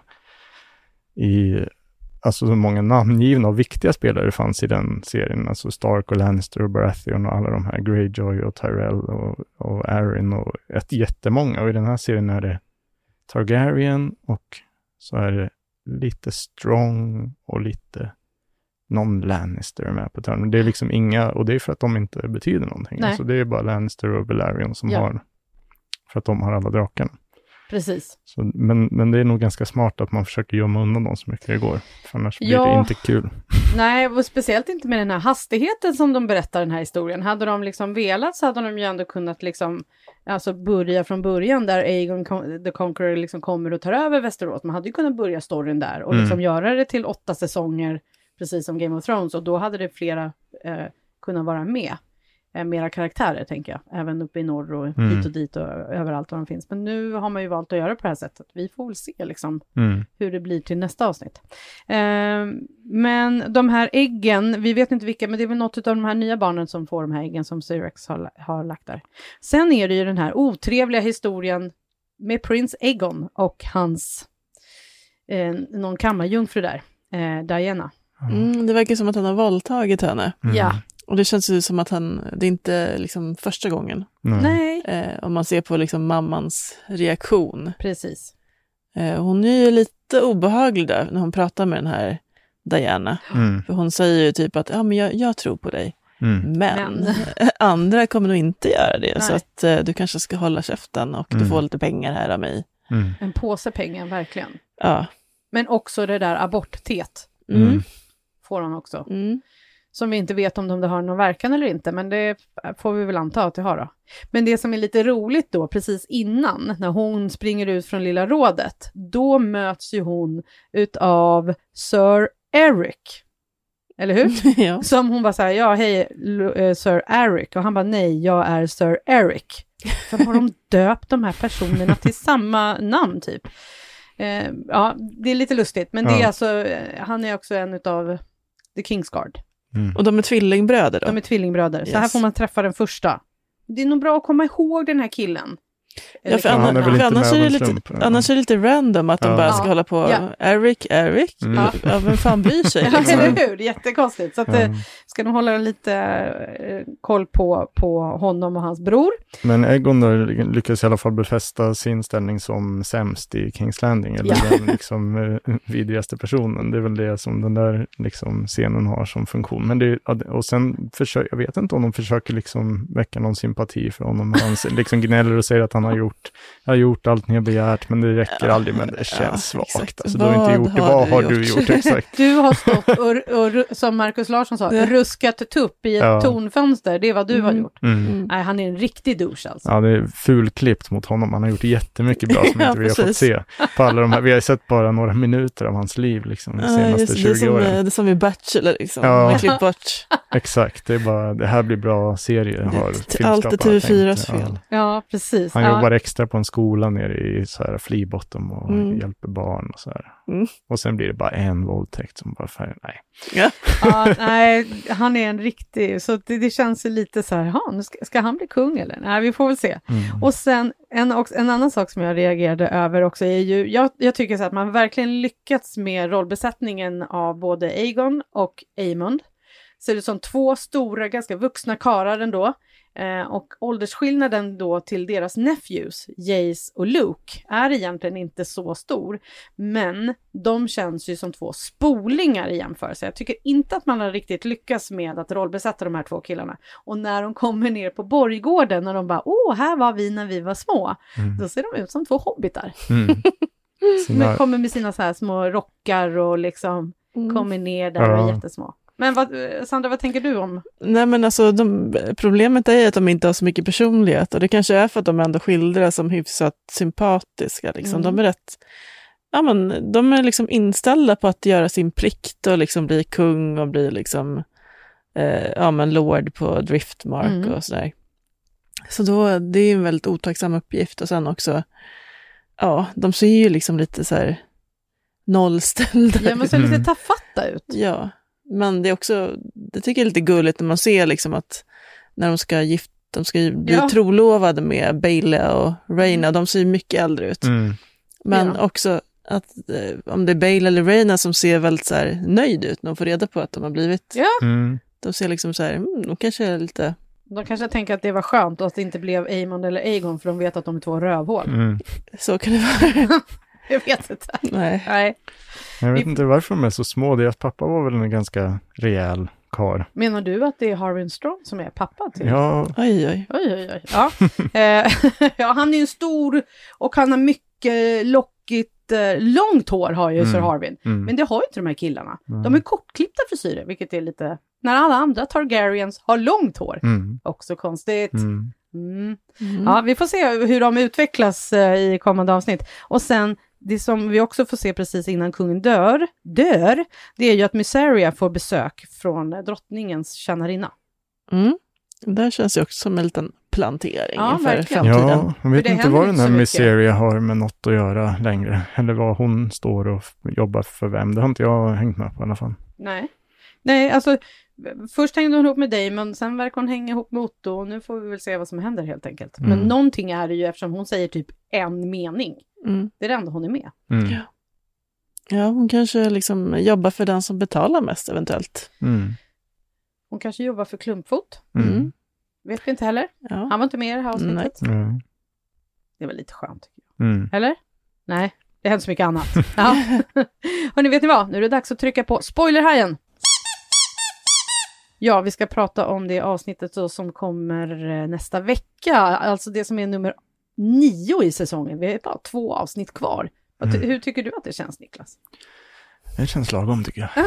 i alltså så många namngivna och viktiga spelare fanns i den serien, alltså Stark och Lannister och Baratheon och alla de här, Greyjoy och Tyrell och, och Arryn och ett jättemånga, och i den här serien är det Targaryen och så är det lite Strong och lite någon Lannister med på törn. Det är liksom inga, och det är för att de inte betyder någonting. Nej. Alltså det är bara Lannister och Velaryon som Ja. har, för att de har alla drakarna. precis. Så, men, men det är nog ganska smart att man försöker gömma undan dem så mycket det går. För annars blir Ja. det inte kul. Nej, och speciellt inte med den här hastigheten som de berättar den här historien. Hade de liksom velat så hade de ju ändå kunnat liksom, alltså börja från början där Aegon Con- the Conqueror liksom kommer och tar över Västerås. Man hade ju kunnat börja storyn där och Mm. liksom göra det till åtta säsonger, precis som Game of Thrones, och då hade det flera eh, kunnat vara med. eh, mera karaktärer, tänker jag. Även uppe i norr och Mm. hit och dit och överallt var de finns. Men nu har man ju valt att göra på det här sättet. Vi får väl se liksom Mm. hur det blir till nästa avsnitt. Eh, men de här äggen, vi vet inte vilka, men det är väl något av de här nya barnen som får de här äggen som Syrax har, har lagt där. Sen är det ju den här otrevliga historien med prins Aegon och hans eh, någon kammarjungfru där, eh, Diana. Mm, det verkar som att han har våldtagit henne. Mm. Ja, Och det känns ju som att han, det är inte liksom första gången. Nej. nej, Eh, om man ser på liksom mammans reaktion. precis. Eh, hon är ju lite obehaglig där när hon pratar med den här Diana. Mm. För hon säger ju typ att ja, men jag, jag tror på dig. Mm. Men, Men. andra kommer nog inte göra det. Nej. Så att eh, du kanske ska hålla käften och Mm. du får lite pengar här av mig. Mm. En påse pengar, verkligen. Ja. Men också det där aborttet Mm. Mm. får han också. Mm. Som vi inte vet om det har någon verkan eller inte, men det får vi väl anta att det har då. Men det som är lite roligt då, precis innan, när hon springer ut från Lilla rådet, då möts ju hon utav Sir Eric. Eller hur? ja. Som hon bara säger, ja hej L- eh, Sir Eric. Och han bara, nej jag är Sir Eric. För har de döpt de här personerna till samma namn typ? Eh, ja, det är lite lustigt. Men det är Ja. alltså, eh, han är också en utav The Kingsguard. Och de är tvillingbröder då? De är tvillingbröder. Så Yes. här får man träffa den första. Det är nog bra att komma ihåg den här killen. Ja, för, Ja, anna, han är väl för inte annars, med är det av en lite, slump. annars är det lite random att de Ja. bara ska Ja. hålla på. Ja. Eric, Eric. Mm. Ja. Ja, vem fan bryr sig? Ja, Liksom. eller hur? Det är jättekonstigt. Så att, Ja. eh, ska nog hålla lite eh, koll på, på honom och hans bror. Men Egon då lyckas i alla fall befästa sin ställning som sämst i King's Landing, eller Ja. den liksom eh, vidrigaste personen. Det är väl det som den där liksom scenen har som funktion. Men det, och sen försöker, jag vet inte om de försöker liksom väcka någon sympati för honom. Han liksom gnäller och säger att han har gjort, jag har gjort allt ni har begärt, men det räcker Ja. aldrig, men det känns Ja, svagt. exakt. Alltså, du har inte Vad gjort det, har vad du har du gjort? gjort exakt? Du har stått och, och ru- som Marcus Larsson sa, Ja. ruskat tupp i ett Ja. tonfönster. Det är vad du har Mm. gjort. Mm. Mm. Nej, han är en riktig douche alltså. Ja, det är fulklippt mot honom. Han har gjort jättemycket bra som Ja, inte vi har fått precis. se. På alla de här, vi har sett bara några minuter av hans liv liksom, de Ja, senaste just, det, är tjugo som, åren. eh, det är som i Bachelor liksom. Ja. Man klippt bort. Exakt, det är bara, det här blir bra serier, har Det- allt är filmskaparna T V fyras tänkt. fel. Ja, precis. Han ja. jobbar extra på en skola nere i så här Fleabottom och Mm. hjälper barn och så här. Mm. Och sen blir det bara en våldtäkt som bara färger, nej. Ja. Ja, nej, han är en riktig, så det, det känns ju lite så här, ha, nu ska, ska han bli kung eller? Nej, vi får väl se. Mm. Och sen en, också, en annan sak som jag reagerade över också är ju, jag, jag tycker så att man verkligen lyckats med rollbesättningen av både Aegon och Aemond. Så det är som två stora, ganska vuxna karlar ändå. Eh, och åldersskillnaden då till deras nephews, Jace och Luke, är egentligen inte så stor. Men de känns ju som två spolingar i jämförelse. Jag tycker inte att man har riktigt lyckats med att rollbesätta de här två killarna. Och när de kommer ner på borggården, när de bara, åh, här var vi när vi var små. Mm. Då ser de ut som två hobbitar. Mm. Sina, Men kommer med sina så här små rockar och liksom Mm. kommer ner där och är Ja. jättesmå. Men vad, Sandra, vad tänker du om? Nej men alltså de, problemet är att de inte har så mycket personlighet och det kanske är för att de ändå skildras som hyfsat sympatiska. Liksom. Mm. De är rätt, ja men de är liksom inställda på att göra sin plikt och liksom bli kung och bli liksom eh, ja men lord på Driftmark Mm. och sådär. Så då, det är en väldigt otacksam uppgift och sen också, ja de ser ju liksom lite så här nollställda Ja, men ser Mm. lite tafatta ut. Ja, men det är också, det tycker jag är lite gulligt när man ser liksom att när de ska gifta, de ska ju bli Ja. trolovade med Bailey och Rhaena, de ser ju mycket äldre ut. mm. Men Ja. också att eh, om det är Bailey eller Rhaena som ser väldigt så här nöjd ut när de får reda på att de har blivit, Ja. Mm. de ser liksom så här, mm, de kanske är lite, De kanske tänker att det var skönt och att det inte blev Aemond eller Aegon för de vet att de är två rövhål. Mm. så kan det vara. Jag vet inte. Nej. Nej. Jag vet Vi- inte varför de är så små. Deras pappa var väl en ganska rejäl karl. Menar du att det är Harwin Strong som är pappa till? Ja, Oj, oj. Oj, oj, oj. Ja. Eh, ja, han är ju stor och han har mycket lockigt, eh, långt hår har ju Sir Mm. Harwin. mm. Men det har ju inte de här killarna. Mm. De är kortklippta frisyrer, vilket är lite... När alla andra Targaryens har långt hår. Mm. Också konstigt. Mm. Mm. Mm. Ja, vi får se hur de utvecklas eh, i kommande avsnitt. Och sen, det som vi också får se precis innan kungen dör, dör, det är ju att Mysaria får besök från eh, drottningens tjänarinna. Mm. Det känns ju också som en liten plantering Ja, inför verkligen. framtiden. Ja, jag vet det inte händer vad inte den här så Mysteria har med något att göra längre. Eller vad hon står och f- jobbar för vem. Det har inte jag hängt med på i alla fall. Nej. Nej, alltså först hängde hon ihop med Damon, sen verkar hon hänga ihop med Otto och nu får vi väl se vad som händer helt enkelt. Men Mm. någonting är det ju eftersom hon säger typ en mening. Mm. Det är det enda hon är med. Mm. Ja, hon kanske liksom jobbar för den som betalar mest eventuellt. Mm. Hon kanske jobbar för Klumpfot. Mm. Mm. Vet vi inte heller. Ja. Han var inte med i det här avsnittet. Mm. Det var lite skönt tycker jag. Mm. Eller? Nej, det händer så mycket annat. Ja. Hörrni, vet ni vad? Nu är det dags att trycka på spoilerhajen. Ja, vi ska prata om det avsnittet då som kommer eh, nästa vecka. Alltså det som är nummer nio i säsongen. Vi har bara två avsnitt kvar. Vad ty- Mm. Hur tycker du att det känns, Niklas? Det känns lagom tycker jag.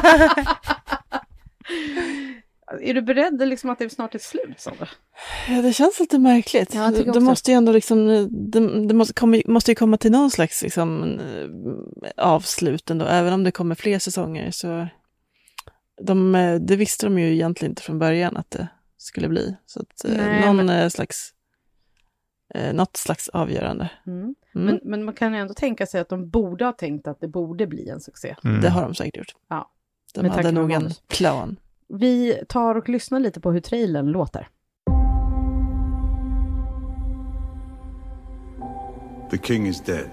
Är du beredd liksom att det snart är slut, Sandra? Ja, det känns lite märkligt. Ja, jag tycker det också. måste ju ändå liksom, det, det måste, komma, måste ju komma till någon slags liksom, eh, avslut ändå, även om det kommer fler säsonger. Så de, eh, det visste de ju egentligen inte från början att det skulle bli. Så att, eh, Nej, någon men- eh, slags, eh, något slags avgörande. Mm. Mm. Men, men man kan ju ändå tänka sig att de borde ha tänkt att det borde bli en succé. Mm. Det har de säkert gjort. Ja. De Med hade tanke på nog en manus. plan. Vi tar och lyssnar lite på hur trailern låter. The king is dead.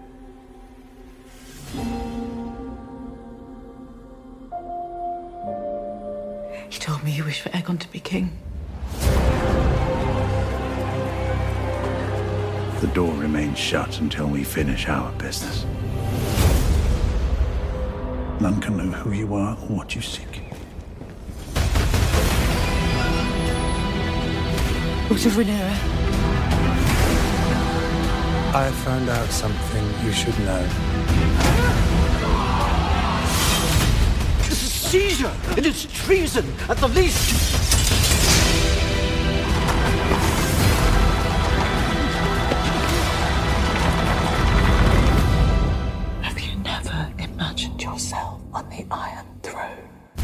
He told me you wish for Aegon to be king. The door remains shut until we finish our business. None can know who you are or what you seek. What of Rhaenyra? I have found out something you should know. This is seizure! It is treason at the least! Have you never imagined yourself on the Iron Throne?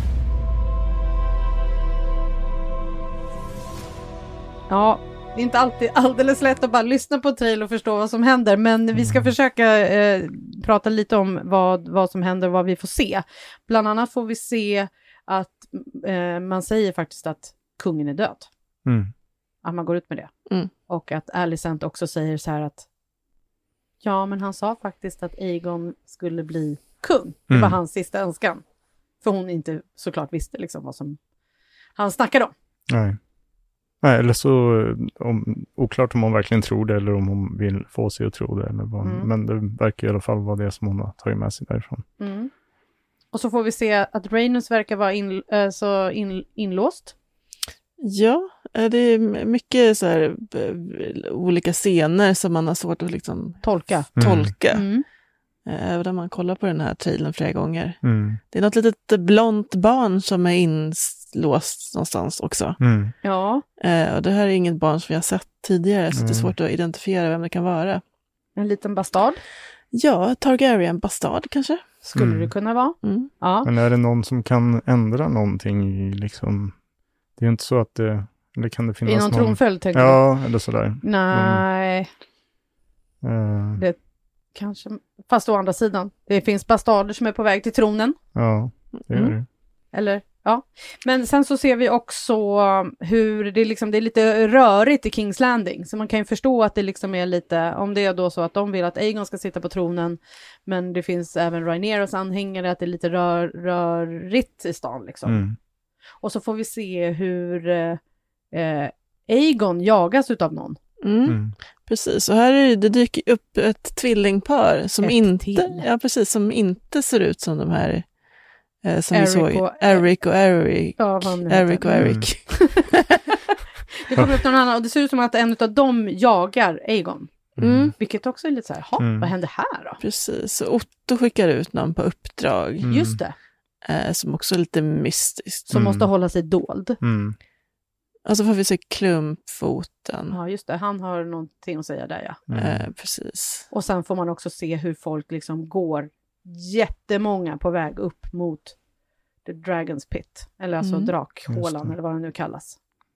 Ja, det är inte alltid alldeles lätt att bara lyssna på trail och förstå vad som händer, men vi ska försöka eh, prata lite om vad, vad som händer och vad vi får se. Bland annat får vi se att eh, man säger faktiskt att kungen är död. Mm. Att man går ut med det. Mm. Och att Alicent också säger så här att ja, men han sa faktiskt att Aegon skulle bli kung. Det var Mm. hans sista önskan. För hon inte såklart visste liksom vad som han snackade om. Nej. Nej, eller så om, oklart om hon verkligen tror det eller om hon vill få sig att tro det. Eller vad, Mm. Men det verkar i alla fall vara det som hon har tagit med sig därifrån. Mm. Och så får vi se att Rhaenys verkar vara in, äh, så in, inlåst. Ja, eh, det är mycket så här, b- olika scener som man har svårt att liksom Tolka. Mm. tolka. Mm. Eh, Även om man kollar på den här trailern flera gånger. Mm. Det är något litet blont barn som är inlåst någonstans också. Mm. Ja, Eh, och det här är inget barn som vi har sett tidigare, så det är Mm. svårt att identifiera vem det kan vara. en liten bastard Ja, Targaryen bastard kanske. skulle Mm. det kunna vara. Mm. Ja. Men är det någon som kan ändra någonting i liksom... Det är inte så att det... Eller kan det finnas I någon någon... tronföljd tänker du? Ja, eller sådär. Nej, Uh, det kanske. Fast å andra sidan, det finns bastarder som är på väg till tronen. ja, det gör Mm. det. Eller, ja. Men sen så ser vi också hur det, liksom, det är lite rörigt i King's Landing. Så man kan ju förstå att det liksom är lite, om det är då så att de vill att Aegon ska sitta på tronen, men det finns även Rhaenyras anhängare, att det är lite rör, rörigt i stan liksom. Mm. Och så får vi se hur eh, eh, Aegon jagas utav någon. Mm. Mm. Precis, och här är det, det dyker upp ett tvillingpar som Ett inte, till. ja, precis, som inte ser ut som de här eh, som Eric vi såg. och- Eric och Eric. Ja, vad han nu Eric heter. och Eric. Det kommer upp någon annan och det ser ut som att en av dem jagar Aegon. Mm. Vilket också är lite så här, ha, Mm. vad händer här då? Precis, och Otto skickar ut någon på uppdrag Mm. Just det, eh, som också är lite mystiskt. som Mm. måste hålla sig dold. Mm. Och så får vi se Klumpfoten. Ja, just det, han har någonting att säga där ja. Mm. Eh, precis. Och sen får man också se hur folk liksom går jättemånga på väg upp mot The Dragon's Pit. Eller alltså Mm. drakhålan Just det. eller vad det nu kallas.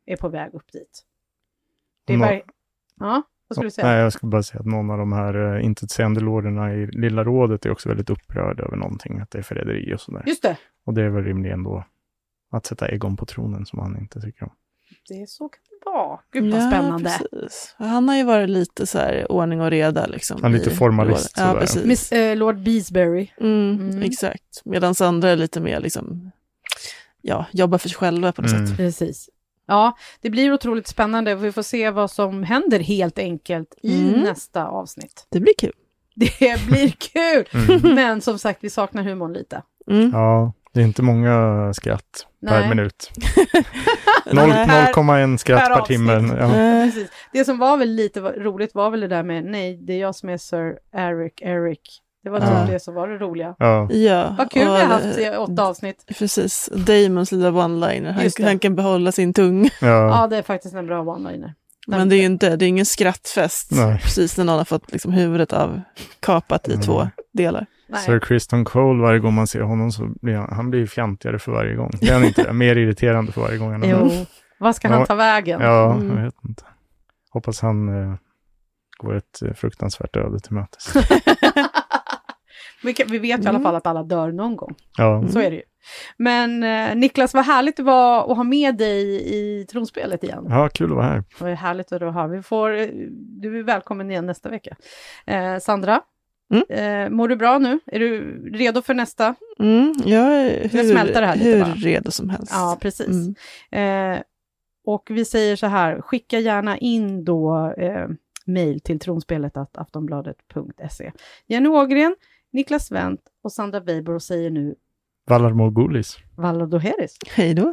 är på väg upp dit. Det är Nå- bara... Ja, vad skulle du säga? Nej, jag skulle bara säga att någon av de här uh, intetsägande lorderna i Lilla rådet är också väldigt upprörd över någonting, att det är förräderi och sådär. Just det. Och det är väl rimligen då att sätta Egon på tronen som han inte tycker om. Det är så kan det vara. Gud vad Ja, spännande. Precis. Han har ju varit lite så här ordning och reda liksom. Han är lite i formalist. rådet. Ja, sådär. precis. Miss, eh, Lord Beesbury. Mm, Mm. Exakt. Medan andra är lite mer liksom, ja, jobbar för sig själva på något Mm. sätt. Precis. Ja, det blir otroligt spännande. Vi får se vad som händer helt enkelt i Mm. nästa avsnitt. Det blir kul. Det blir kul! Mm. Men som sagt, vi saknar humorn lite. Mm. Ja, det är inte många skratt Nej. per minut. Noll- Nej. noll komma en skratt per per, timme. avsnitt. Ja. Eh, Precis. Det som var väl lite va- roligt var väl det där med, nej, det är jag som är Sir Eric, Eric. Det var typ Ja. det som var det roliga. Ja. ja. Vad kul och, vi har haft i eh, åtta avsnitt. Precis. Damons lilla one-liner. Han, Just det. han kan behålla sin tung. Ja. Ja, det är faktiskt en bra one-liner. Men det är ju inte, det är ingen skrattfest. Nej. Precis när någon har fått liksom huvudet av kapat i Mm. två delar. Nej. Sir Kristen Cole, varje gång man ser honom så blir han, han blir fjantigare för varje gång. Det är han inte, mer irriterande för varje gång. än Jo, annan. vad ska Ja. han ta vägen? Ja, Mm. jag vet inte. Hoppas han eh, går ett eh, fruktansvärt öde till mötes. vi, kan, vi vet i alla fall att alla dör någon gång. Ja, Så är det ju. Men eh, Niklas, vad härligt det var att ha med dig i tronspelet igen. ja kul att vara här. Det var härligt att du har. Vi får, eh, du är välkommen igen nästa vecka. Eh, Sandra, Mm. eh, mår du bra nu? Är du redo för nästa? Mm, jag är ska hur, smälta det här lite, hur va? redo som helst. Ja, precis. Mm. Eh, och vi säger så här, skicka gärna in då eh, mejl till tronspelet at aftonbladet punkt se. Jenny Ågren, Niklas Wendt och Sandra Weiber säger nu Valar Morgulis. Valadoheris. Hej då.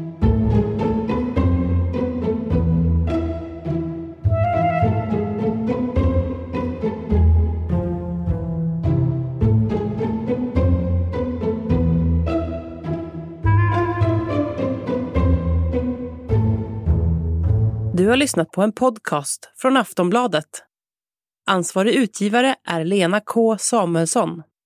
Du har lyssnat på en podcast från Aftonbladet. Ansvarig utgivare är Lena K. Samuelsson.